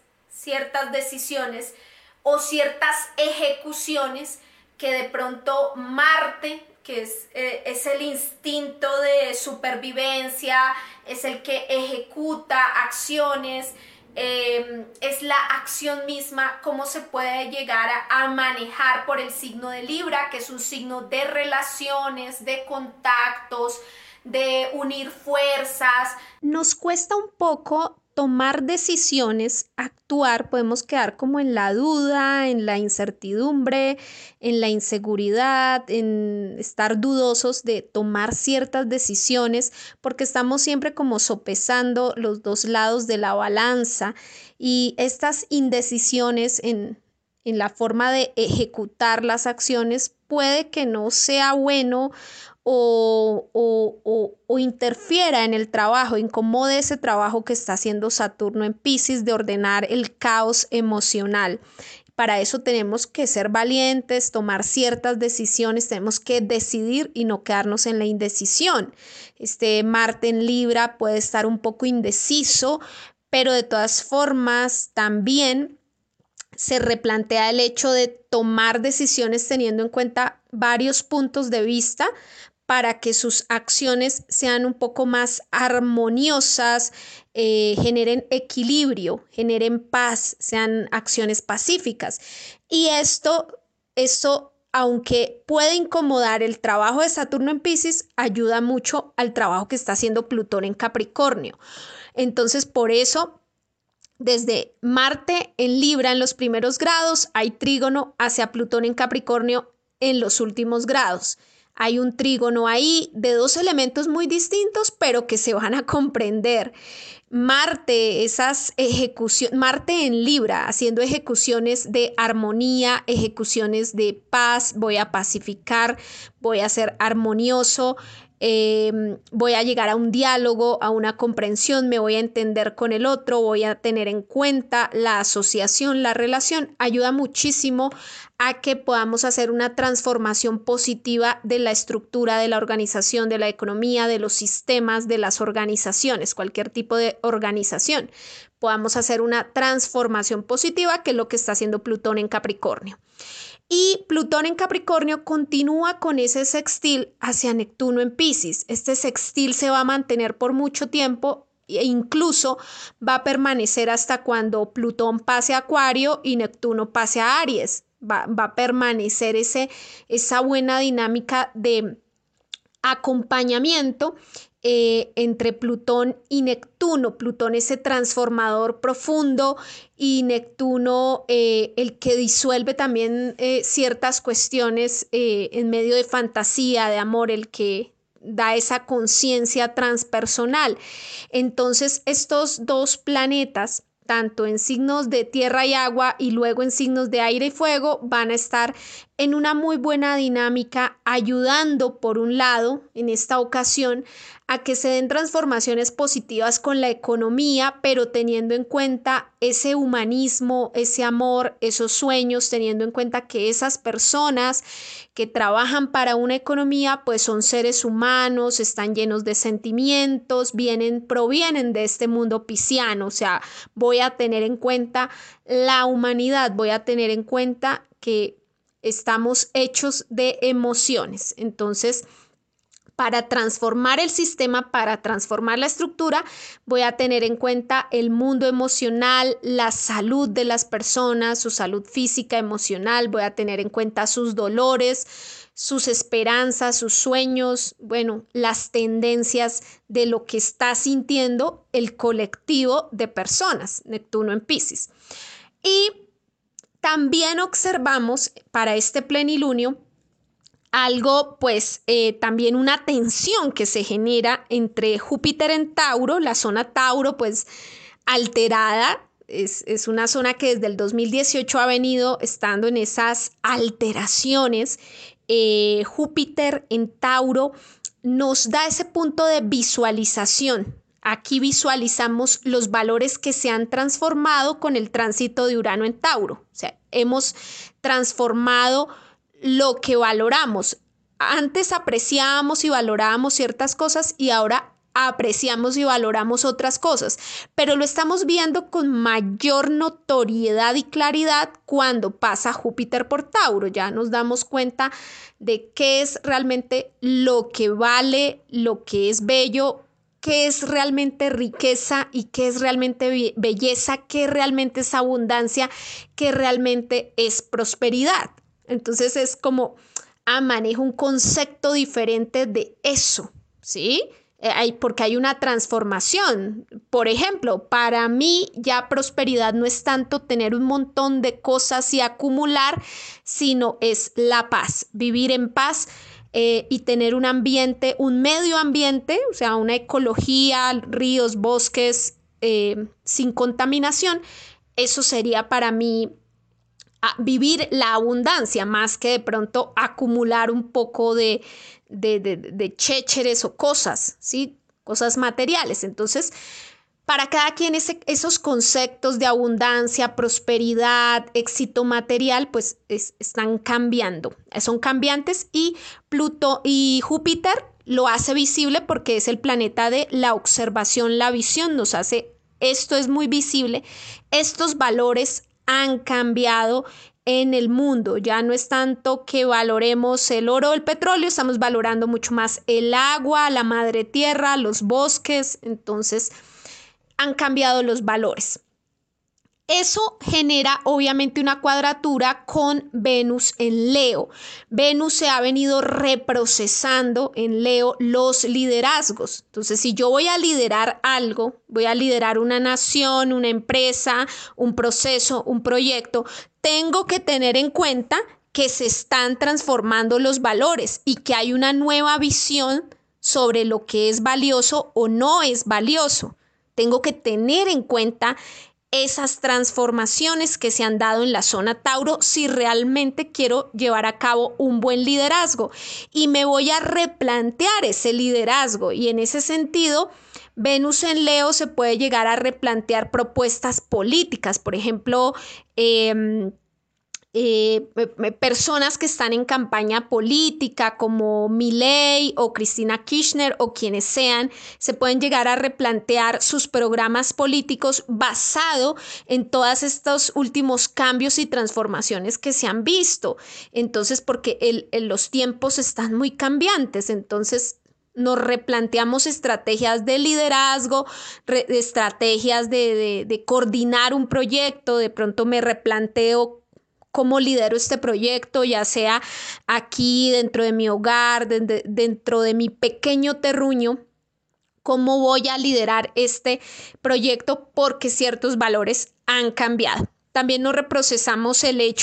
o ciertas ejecuciones que de pronto Marte, que es el instinto de supervivencia, es el que ejecuta acciones, es la acción misma, cómo se puede llegar a manejar por el signo de Libra, que es un signo de relaciones, de contactos, de unir fuerzas. Nos cuesta un poco tomar decisiones, actuar, podemos quedar como en la duda, en la incertidumbre, en la inseguridad, en estar dudosos de tomar ciertas decisiones, porque estamos siempre como sopesando los dos lados de la balanza y estas indecisiones en la forma de ejecutar las acciones puede que no sea bueno o interfiera en el trabajo, incomode ese trabajo que está haciendo Saturno en Piscis de ordenar el caos emocional. Para eso tenemos que ser valientes, tomar ciertas decisiones, tenemos que decidir y no quedarnos en la indecisión. Marte en Libra puede estar un poco indeciso, pero de todas formas también se replantea el hecho de tomar decisiones teniendo en cuenta varios puntos de vista para que sus acciones sean un poco más armoniosas, generen equilibrio, generen paz, sean acciones pacíficas. Y esto, aunque puede incomodar el trabajo de Saturno en Piscis, ayuda mucho al trabajo que está haciendo Plutón en Capricornio. Entonces, por eso, desde Marte en Libra en los primeros grados, hay trígono hacia Plutón en Capricornio en los últimos grados. Hay un trígono ahí de dos elementos muy distintos, pero que se van a comprender. Marte en Libra, haciendo ejecuciones de armonía, ejecuciones de paz, voy a pacificar, voy a ser armonioso, voy a llegar a un diálogo, a una comprensión, me voy a entender con el otro, voy a tener en cuenta la asociación, la relación, ayuda muchísimo a que podamos hacer una transformación positiva de la estructura de la organización, de la economía, de los sistemas, de las organizaciones, cualquier tipo de organización. Podamos hacer una transformación positiva, que es lo que está haciendo Plutón en Capricornio. Y Plutón en Capricornio continúa con ese sextil hacia Neptuno en Piscis. Este sextil se va a mantener por mucho tiempo e incluso va a permanecer hasta cuando Plutón pase a Acuario y Neptuno pase a Aries. Va a permanecer esa buena dinámica de acompañamiento entre Plutón y Neptuno. Plutón ese transformador profundo y Neptuno el que disuelve también ciertas cuestiones en medio de fantasía, de amor, el que da esa conciencia transpersonal. Entonces estos dos planetas, tanto en signos de tierra y agua y luego en signos de aire y fuego, van a estar en una muy buena dinámica, ayudando por un lado en esta ocasión a que se den transformaciones positivas con la economía, pero teniendo en cuenta ese humanismo, ese amor, esos sueños, teniendo en cuenta que esas personas que trabajan para una economía pues son seres humanos, están llenos de sentimientos, provienen de este mundo pisciano. O sea, voy a tener en cuenta la humanidad, voy a tener en cuenta que estamos hechos de emociones. Entonces, para transformar el sistema, para transformar la estructura, voy a tener en cuenta el mundo emocional, la salud de las personas, su salud física, emocional, voy a tener en cuenta sus dolores, sus esperanzas, sus sueños, bueno, las tendencias de lo que está sintiendo el colectivo de personas, Neptuno en Piscis. Y también observamos para este plenilunio algo, pues también una tensión que se genera entre Júpiter en Tauro, la zona Tauro pues alterada, es una zona que desde el 2018 ha venido estando en esas alteraciones. Júpiter en Tauro nos da ese punto de visualización. Aquí visualizamos los valores que se han transformado con el tránsito de Urano en Tauro. O sea, hemos transformado lo que valoramos. Antes apreciábamos y valorábamos ciertas cosas y ahora apreciamos y valoramos otras cosas, pero lo estamos viendo con mayor notoriedad y claridad cuando pasa Júpiter por Tauro. Ya nos damos cuenta de qué es realmente lo que vale, lo que es bello, qué es realmente riqueza y qué es realmente belleza, qué realmente es abundancia, qué realmente es prosperidad. Entonces es como, manejo un concepto diferente de eso, ¿sí? porque hay una transformación. Por ejemplo, para mí ya prosperidad no es tanto tener un montón de cosas y acumular, sino es la paz, vivir en paz y tener un ambiente, un medio ambiente, o sea, una ecología, ríos, bosques sin contaminación. Eso sería para mí vivir la abundancia más que de pronto acumular un poco de chécheres o cosas, ¿sí? Cosas materiales. Entonces, para cada quien esos conceptos de abundancia, prosperidad, éxito material, pues están cambiando, son cambiantes y Pluto y Júpiter lo hace visible porque es el planeta de la observación, la visión, nos hace, esto es muy visible, estos valores han cambiado en el mundo. Ya no es tanto que valoremos el oro o el petróleo, estamos valorando mucho más el agua, la madre tierra, los bosques. Entonces han cambiado los valores. Eso genera obviamente una cuadratura con Venus en Leo. Venus se ha venido reprocesando en Leo los liderazgos. Entonces, si yo voy a liderar algo, voy a liderar una nación, una empresa, un proceso, un proyecto, tengo que tener en cuenta que se están transformando los valores y que hay una nueva visión sobre lo que es valioso o no es valioso. Tengo que tener en cuenta esas transformaciones que se han dado en la zona Tauro si realmente quiero llevar a cabo un buen liderazgo y me voy a replantear ese liderazgo. Y en ese sentido, Venus en Leo se puede llegar a replantear propuestas políticas, por ejemplo, personas que están en campaña política como Milei o Cristina Kirchner o quienes sean, se pueden llegar a replantear sus programas políticos basado en todos estos últimos cambios y transformaciones que se han visto. Entonces, porque los tiempos están muy cambiantes, entonces nos replanteamos estrategias de liderazgo, estrategias de coordinar un proyecto. De pronto me replanteo cómo lidero este proyecto, ya sea aquí dentro de mi hogar, dentro de mi pequeño terruño, cómo voy a liderar este proyecto porque ciertos valores han cambiado. También nos reprocesamos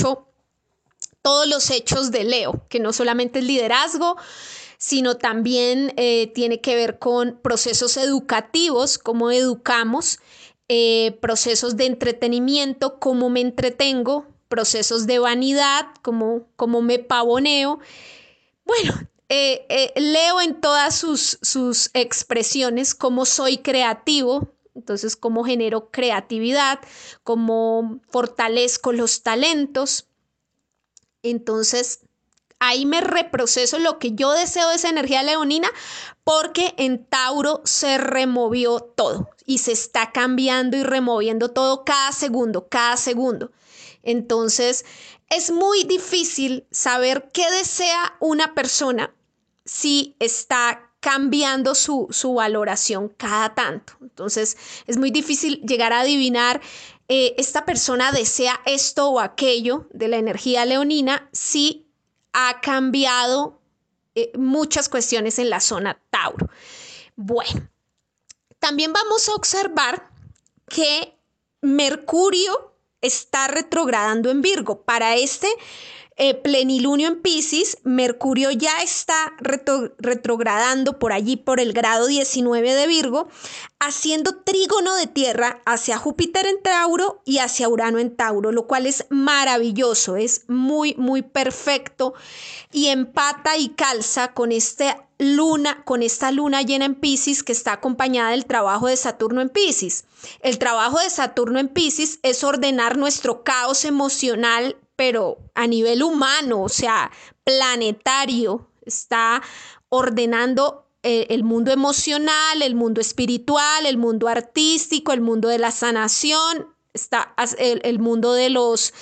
todos los hechos de Leo, que no solamente es liderazgo, sino también tiene que ver con procesos educativos, cómo educamos, procesos de entretenimiento, cómo me entretengo, procesos de vanidad, como me pavoneo. Bueno, leo en todas sus expresiones cómo soy creativo, entonces cómo genero creatividad, cómo fortalezco los talentos. Entonces, ahí me reproceso lo que yo deseo de esa energía leonina porque en Tauro se removió todo y se está cambiando y removiendo todo cada segundo, cada segundo. Entonces, es muy difícil saber qué desea una persona si está cambiando su valoración cada tanto. Entonces, es muy difícil llegar a adivinar esta persona desea esto o aquello de la energía leonina si ha cambiado muchas cuestiones en la zona Tauro. Bueno, también vamos a observar que Mercurio está retrogradando en Virgo. Para este plenilunio en Piscis, Mercurio ya está retrogradando por allí por el grado 19 de Virgo, haciendo trígono de tierra hacia Júpiter en Tauro y hacia Urano en Tauro, lo cual es maravilloso, es muy, muy perfecto y empata y calza con esta luna llena en Piscis que está acompañada del trabajo de Saturno en Piscis. El trabajo de Saturno en Piscis es ordenar nuestro caos emocional, pero a nivel humano, o sea, planetario. Está ordenando el mundo emocional, el mundo espiritual, el mundo artístico, el mundo de la sanación, está el mundo de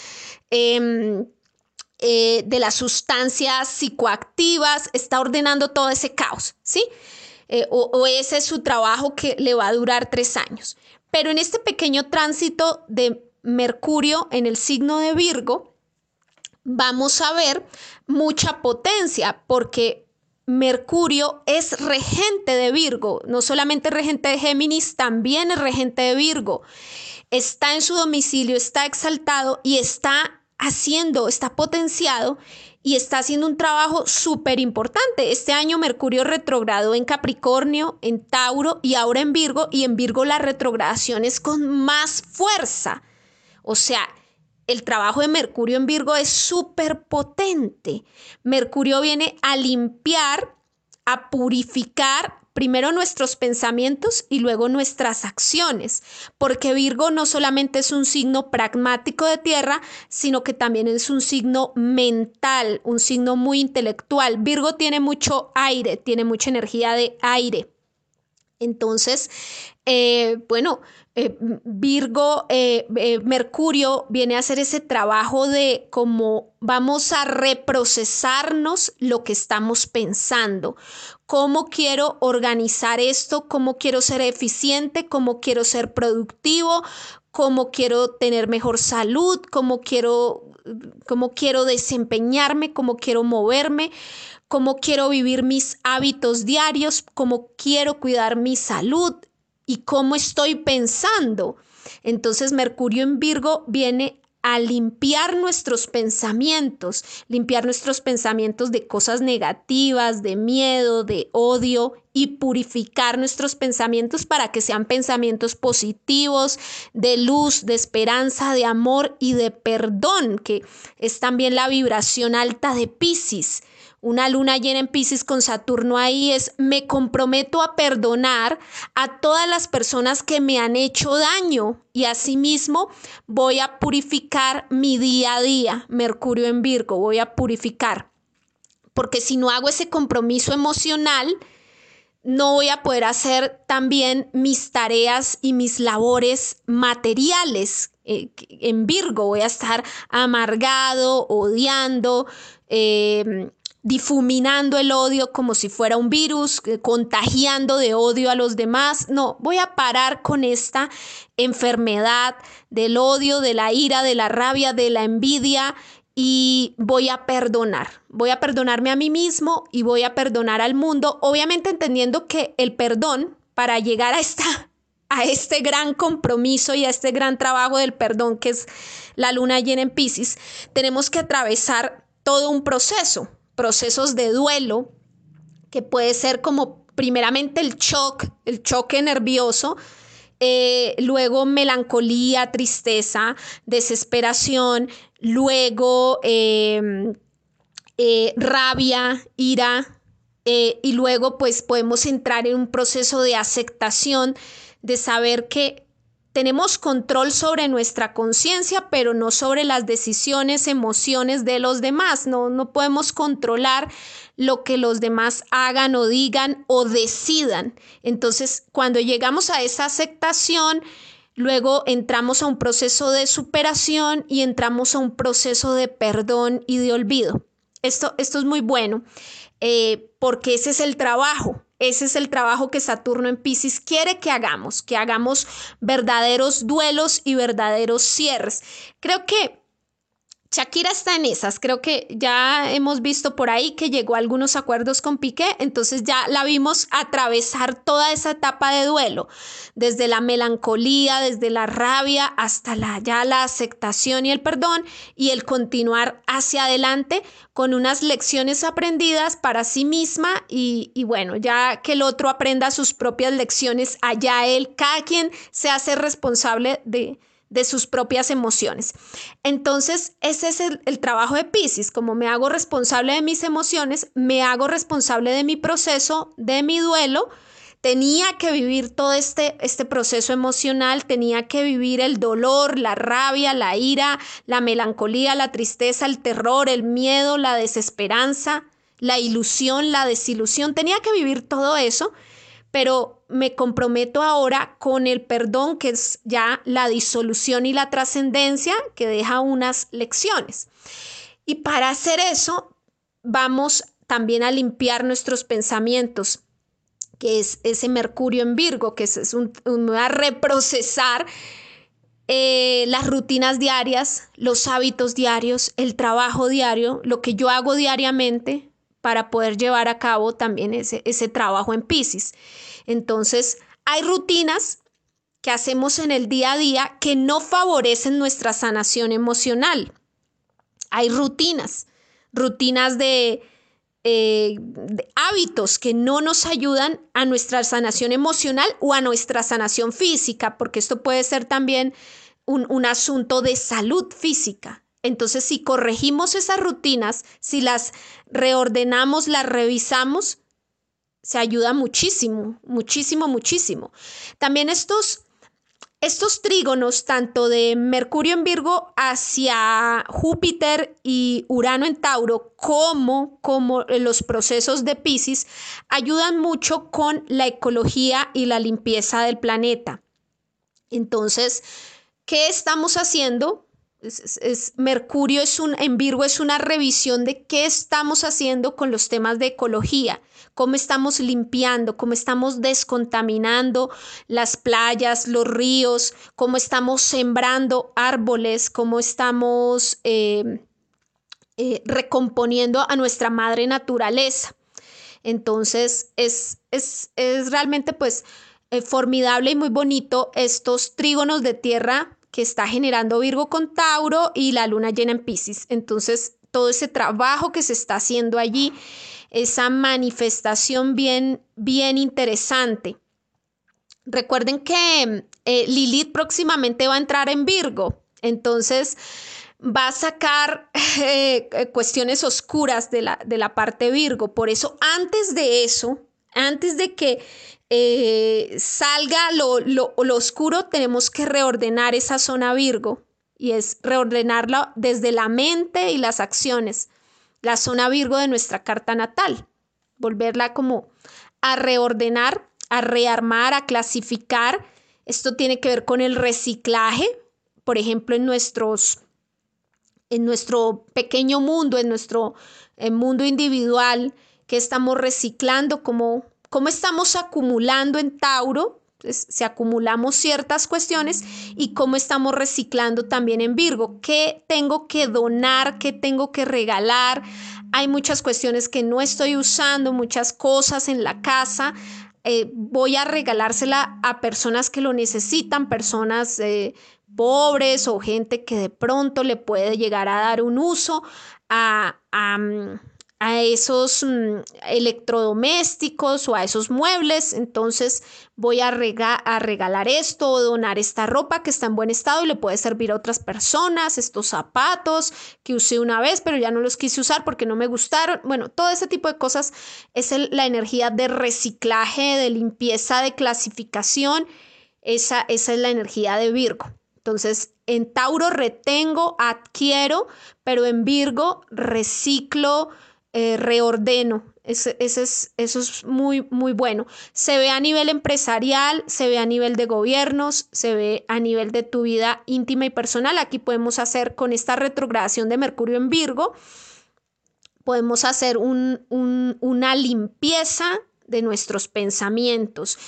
las sustancias psicoactivas, está ordenando todo ese caos, ¿sí? O ese es su trabajo que le va a durar 3 años. Pero en este pequeño tránsito de Mercurio en el signo de Virgo, vamos a ver mucha potencia porque Mercurio es regente de Virgo, no solamente regente de Géminis, también es regente de Virgo. Está en su domicilio, está exaltado y está potenciado y está haciendo un trabajo súper importante. Este año Mercurio retrogradó en Capricornio, en Tauro y ahora en Virgo, y en Virgo la retrogradación es con más fuerza. O sea, el trabajo de Mercurio en Virgo es súper potente. Mercurio viene a limpiar, a purificar primero nuestros pensamientos y luego nuestras acciones, porque Virgo no solamente es un signo pragmático de tierra, sino que también es un signo mental, un signo muy intelectual. Virgo tiene mucho aire, tiene mucha energía de aire. Entonces, Mercurio viene a hacer ese trabajo de cómo vamos a reprocesarnos lo que estamos pensando, cómo quiero organizar esto, cómo quiero ser eficiente, cómo quiero ser productivo, cómo quiero tener mejor salud, cómo quiero desempeñarme, cómo quiero moverme, cómo quiero vivir mis hábitos diarios, cómo quiero cuidar mi salud y cómo estoy pensando. Entonces Mercurio en Virgo viene a limpiar nuestros pensamientos de cosas negativas, de miedo, de odio, y purificar nuestros pensamientos para que sean pensamientos positivos, de luz, de esperanza, de amor y de perdón, que es también la vibración alta de Piscis. Una luna llena en Piscis con Saturno ahí me comprometo a perdonar a todas las personas que me han hecho daño, y asimismo voy a purificar mi día a día. Mercurio en Virgo, voy a purificar, porque si no hago ese compromiso emocional, no voy a poder hacer también mis tareas y mis labores materiales. En Virgo voy a estar amargado, odiando, difuminando el odio como si fuera un virus, contagiando de odio a los demás. No, voy a parar con esta enfermedad del odio, de la ira, de la rabia, de la envidia, y voy a perdonarme a mí mismo y voy a perdonar al mundo, obviamente entendiendo que el perdón, para llegar a este gran compromiso y a este gran trabajo del perdón, que es la luna llena en Piscis, tenemos que atravesar todo un procesos de duelo, que puede ser como primeramente el choque nervioso, luego melancolía, tristeza, desesperación, luego rabia, ira, y luego pues podemos entrar en un proceso de aceptación, de saber que tenemos control sobre nuestra conciencia, pero no sobre las decisiones, emociones de los demás. No podemos controlar lo que los demás hagan o digan o decidan. Entonces, cuando llegamos a esa aceptación, luego entramos a un proceso de superación y entramos a un proceso de perdón y de olvido. Esto es muy bueno, porque ese es el trabajo. Ese es el trabajo que Saturno en Piscis quiere que hagamos verdaderos duelos y verdaderos cierres. Creo que Shakira está en esas. Creo que ya hemos visto por ahí que llegó a algunos acuerdos con Piqué, entonces ya la vimos atravesar toda esa etapa de duelo, desde la melancolía, desde la rabia, hasta la aceptación y el perdón, y el continuar hacia adelante con unas lecciones aprendidas para sí misma, y bueno, ya que el otro aprenda sus propias lecciones, allá él, cada quien se hace responsable de sus propias emociones. Entonces, ese es el trabajo de Piscis. Como me hago responsable de mis emociones, me hago responsable de mi proceso, de mi duelo. Tenía que vivir todo este proceso emocional, tenía que vivir el dolor, la rabia, la ira, la melancolía, la tristeza, el terror, el miedo, la desesperanza, la ilusión, la desilusión. Tenía que vivir todo eso, pero me comprometo ahora con el perdón, que es ya la disolución y la trascendencia, que deja unas lecciones. Y para hacer eso, vamos también a limpiar nuestros pensamientos, que es ese Mercurio en Virgo, que me va a reprocesar las rutinas diarias, los hábitos diarios, el trabajo diario, lo que yo hago diariamente, para poder llevar a cabo también ese trabajo en Piscis. Entonces, hay rutinas que hacemos en el día a día que no favorecen nuestra sanación emocional. Hay rutinas de hábitos que no nos ayudan a nuestra sanación emocional o a nuestra sanación física, porque esto puede ser también un asunto de salud física. Entonces, si corregimos esas rutinas, si las reordenamos, las revisamos, se ayuda muchísimo, muchísimo, muchísimo. También estos trígonos, tanto de Mercurio en Virgo hacia Júpiter y Urano en Tauro, como los procesos de Piscis, ayudan mucho con la ecología y la limpieza del planeta. Entonces, ¿qué estamos haciendo? Mercurio en Virgo es una revisión de qué estamos haciendo con los temas de ecología, cómo estamos limpiando, cómo estamos descontaminando las playas, los ríos, cómo estamos sembrando árboles, cómo estamos recomponiendo a nuestra madre naturaleza. Entonces es realmente pues formidable y muy bonito estos trígonos de tierra que está generando Virgo con Tauro y la luna llena en Piscis. Entonces, todo ese trabajo que se está haciendo allí, esa manifestación bien interesante. Recuerden que Lilith próximamente va a entrar en Virgo, entonces va a sacar cuestiones oscuras de la parte Virgo. Por eso, antes de que salga lo oscuro, tenemos que reordenar esa zona Virgo, y es reordenarla desde la mente y las acciones, la zona Virgo de nuestra carta natal, volverla como a reordenar, a rearmar, a clasificar. Esto tiene que ver con el reciclaje, por ejemplo, en nuestro pequeño mundo, en nuestro mundo individual, que estamos reciclando, cómo estamos acumulando en Tauro, pues, si acumulamos ciertas cuestiones, y cómo estamos reciclando también en Virgo, qué tengo que donar, qué tengo que regalar. Hay muchas cuestiones que no estoy usando, muchas cosas en la casa. Voy a regalársela a personas que lo necesitan, personas pobres o gente que de pronto le puede llegar a dar un uso a esos electrodomésticos o a esos muebles. Entonces voy a regalar esto o donar esta ropa que está en buen estado y le puede servir a otras personas, estos zapatos que usé una vez pero ya no los quise usar porque no me gustaron. Bueno, todo ese tipo de cosas es la energía de reciclaje, de limpieza, de clasificación. Esa es la energía de Virgo. Entonces, en Tauro retengo, adquiero, pero en Virgo reciclo, reordeno. Eso es muy, muy bueno. Se ve a nivel empresarial, se ve a nivel de gobiernos, se ve a nivel de tu vida íntima y personal. Aquí podemos hacer, con esta retrogradación de Mercurio en Virgo, podemos hacer una limpieza de nuestros pensamientos.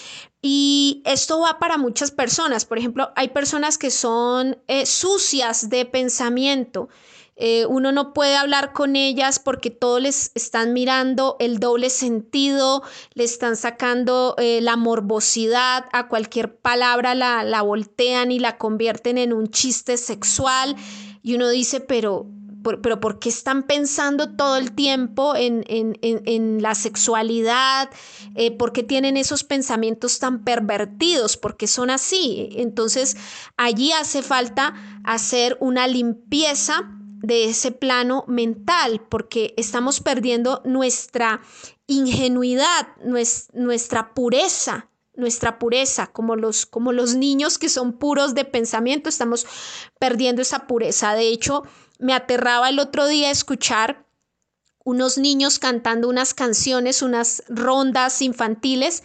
Y esto va para muchas personas. Por ejemplo, hay personas que son sucias de pensamiento. Uno no puede hablar con ellas porque todo les están mirando el doble sentido, le están sacando la morbosidad, a cualquier palabra la voltean y la convierten en un chiste sexual. Y uno dice, pero ¿por qué están pensando todo el tiempo en la sexualidad? ¿Por qué tienen esos pensamientos tan pervertidos? ¿Por qué son así? Entonces, allí hace falta hacer una limpieza de ese plano mental, porque estamos perdiendo nuestra ingenuidad, nuestra pureza, como los niños que son puros de pensamiento. Estamos perdiendo esa pureza. De hecho, me aterraba el otro día escuchar unos niños cantando unas canciones, unas rondas infantiles,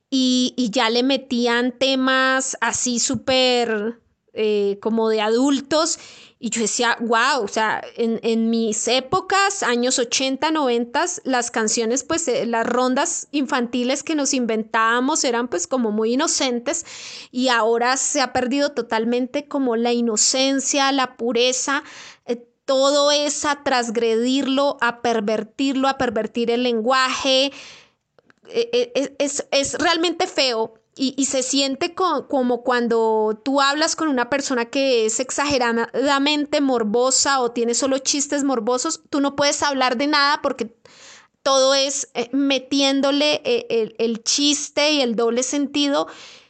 y ya le metían temas así súper como de adultos. Y yo decía, wow, o sea, en mis épocas, años 80, 90, las canciones, pues las rondas infantiles que nos inventábamos eran pues como muy inocentes, y ahora se ha perdido totalmente como la inocencia, la pureza. todo es a transgredirlo, a pervertir el lenguaje. Es realmente feo. Y se siente como cuando tú hablas con una persona que es exageradamente morbosa o tiene solo chistes morbosos, tú no puedes hablar de nada porque todo es metiéndole el chiste y el doble sentido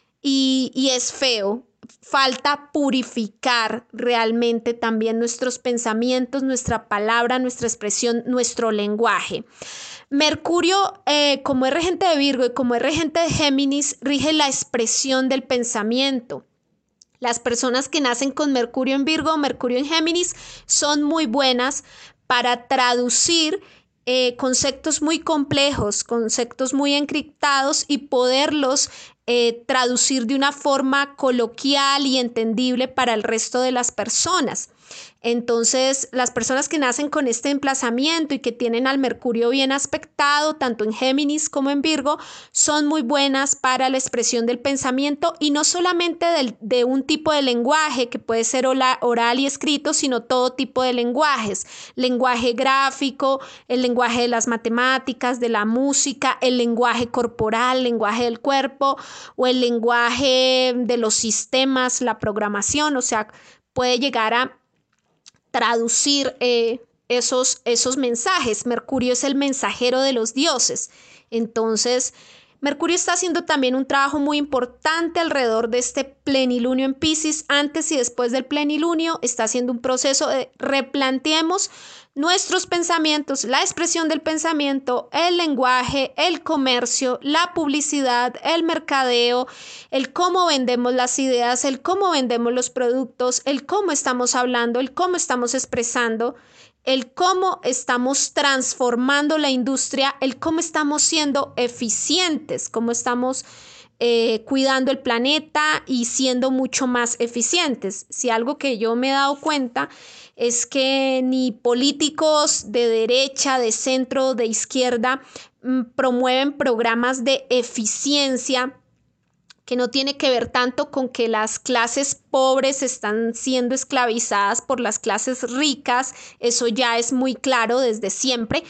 y es feo. Falta purificar realmente también nuestros pensamientos, nuestra palabra, nuestra expresión, nuestro lenguaje. Mercurio, como es regente de Virgo y como es regente de Géminis, rige la expresión del pensamiento. Las personas que nacen con Mercurio en Virgo o Mercurio en Géminis son muy buenas para traducir conceptos muy complejos, conceptos muy encriptados y poderlos traducir de una forma coloquial y entendible para el resto de las personas. Entonces, las personas que nacen con este emplazamiento y que tienen al Mercurio bien aspectado, tanto en Géminis como en Virgo, son muy buenas para la expresión del pensamiento y no solamente de un tipo de lenguaje que puede ser oral y escrito, sino todo tipo de lenguajes. Lenguaje gráfico, el lenguaje de las matemáticas, de la música, el lenguaje corporal, el lenguaje del cuerpo o el lenguaje de los sistemas, la programación, o sea, puede llegar a traducir esos mensajes. Mercurio es el mensajero de los dioses. Entonces, Mercurio está haciendo también un trabajo muy importante alrededor de este plenilunio en Piscis. Antes y después del plenilunio está haciendo un proceso de replanteemos nuestros pensamientos, la expresión del pensamiento, el lenguaje, el comercio, la publicidad, el mercadeo, el cómo vendemos las ideas, el cómo vendemos los productos, el cómo estamos hablando, el cómo estamos expresando, el cómo estamos transformando la industria, el cómo estamos siendo eficientes, cómo estamos cuidando el planeta y siendo mucho más eficientes. Si algo que yo me he dado cuenta es que ni políticos de derecha, de centro, de izquierda promueven programas de eficiencia que no tiene que ver tanto con que las clases pobres están siendo esclavizadas por las clases ricas, eso ya es muy claro desde siempre,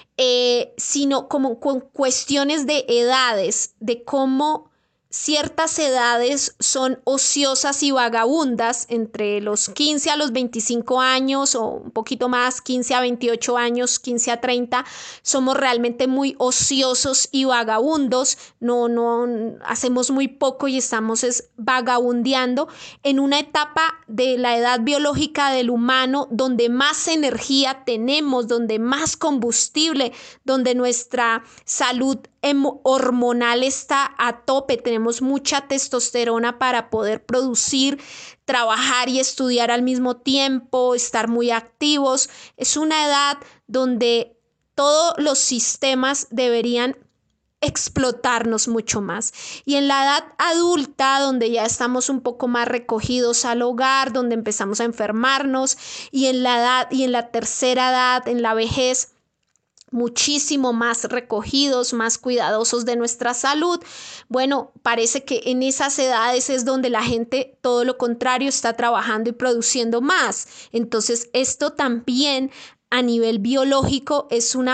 sino como con cuestiones de edades, de cómo ciertas edades son ociosas y vagabundas entre los 15 a los 25 años o un poquito más, 15 a 28 años, 15 a 30, somos realmente muy ociosos y vagabundos, no hacemos muy poco y estamos vagabundeando en una etapa de la edad biológica del humano donde más energía tenemos, donde más combustible, donde nuestra salud hormonal está a tope, tenemos mucha testosterona para poder producir, trabajar y estudiar al mismo tiempo, estar muy activos. Es una edad donde todos los sistemas deberían explotarnos mucho más. Y en la edad adulta, donde ya estamos un poco más recogidos al hogar, donde empezamos a enfermarnos, y en la tercera edad, en la vejez, muchísimo más recogidos, más cuidadosos de nuestra salud. Bueno, parece que en esas edades es donde la gente, todo lo contrario, está trabajando y produciendo más. Entonces, esto también a nivel biológico es una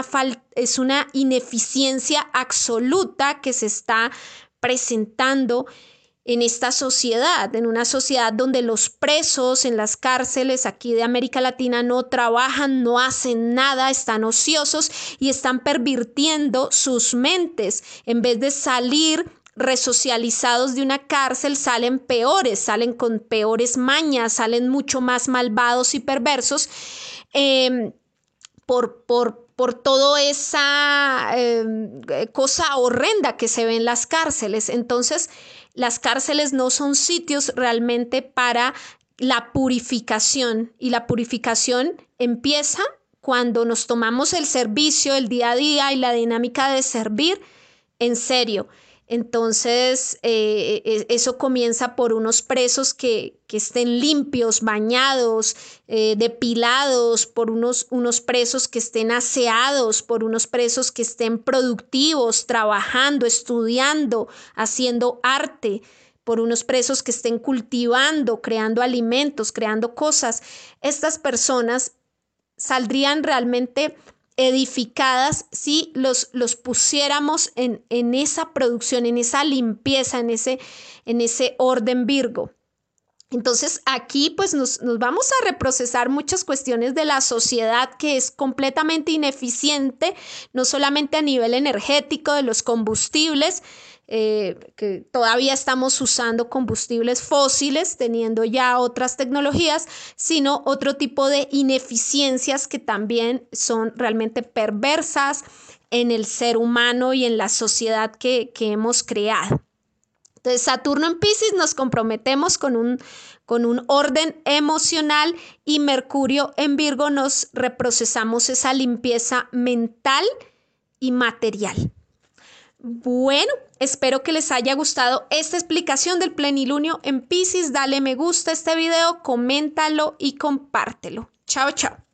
ineficiencia absoluta que se está presentando en esta sociedad, en una sociedad donde los presos en las cárceles aquí de América Latina no trabajan, no hacen nada, están ociosos y están pervirtiendo sus mentes. En vez de salir resocializados de una cárcel, salen peores, salen con peores mañas, salen mucho más malvados y perversos por toda esa cosa horrenda que se ve en las cárceles. Entonces, las cárceles no son sitios realmente para la purificación, y la purificación empieza cuando nos tomamos el servicio, el día a día y la dinámica de servir en serio. Entonces, eso comienza por unos presos que estén limpios, bañados, depilados, por unos presos que estén aseados, por unos presos que estén productivos, trabajando, estudiando, haciendo arte, por unos presos que estén cultivando, creando alimentos, creando cosas. Estas personas saldrían realmente edificadas si los pusiéramos en esa producción, en esa limpieza, en ese orden Virgo. Entonces aquí pues nos vamos a reprocesar muchas cuestiones de la sociedad que es completamente ineficiente, no solamente a nivel energético de los combustibles, que todavía estamos usando combustibles fósiles, teniendo ya otras tecnologías, sino otro tipo de ineficiencias que también son realmente perversas en el ser humano y en la sociedad que hemos creado. Entonces, Saturno en Piscis nos comprometemos con un orden emocional y Mercurio en Virgo nos reprocesamos esa limpieza mental y material. Bueno, espero que les haya gustado esta explicación del plenilunio en Piscis. Dale me gusta a este video, coméntalo y compártelo. Chao, chao.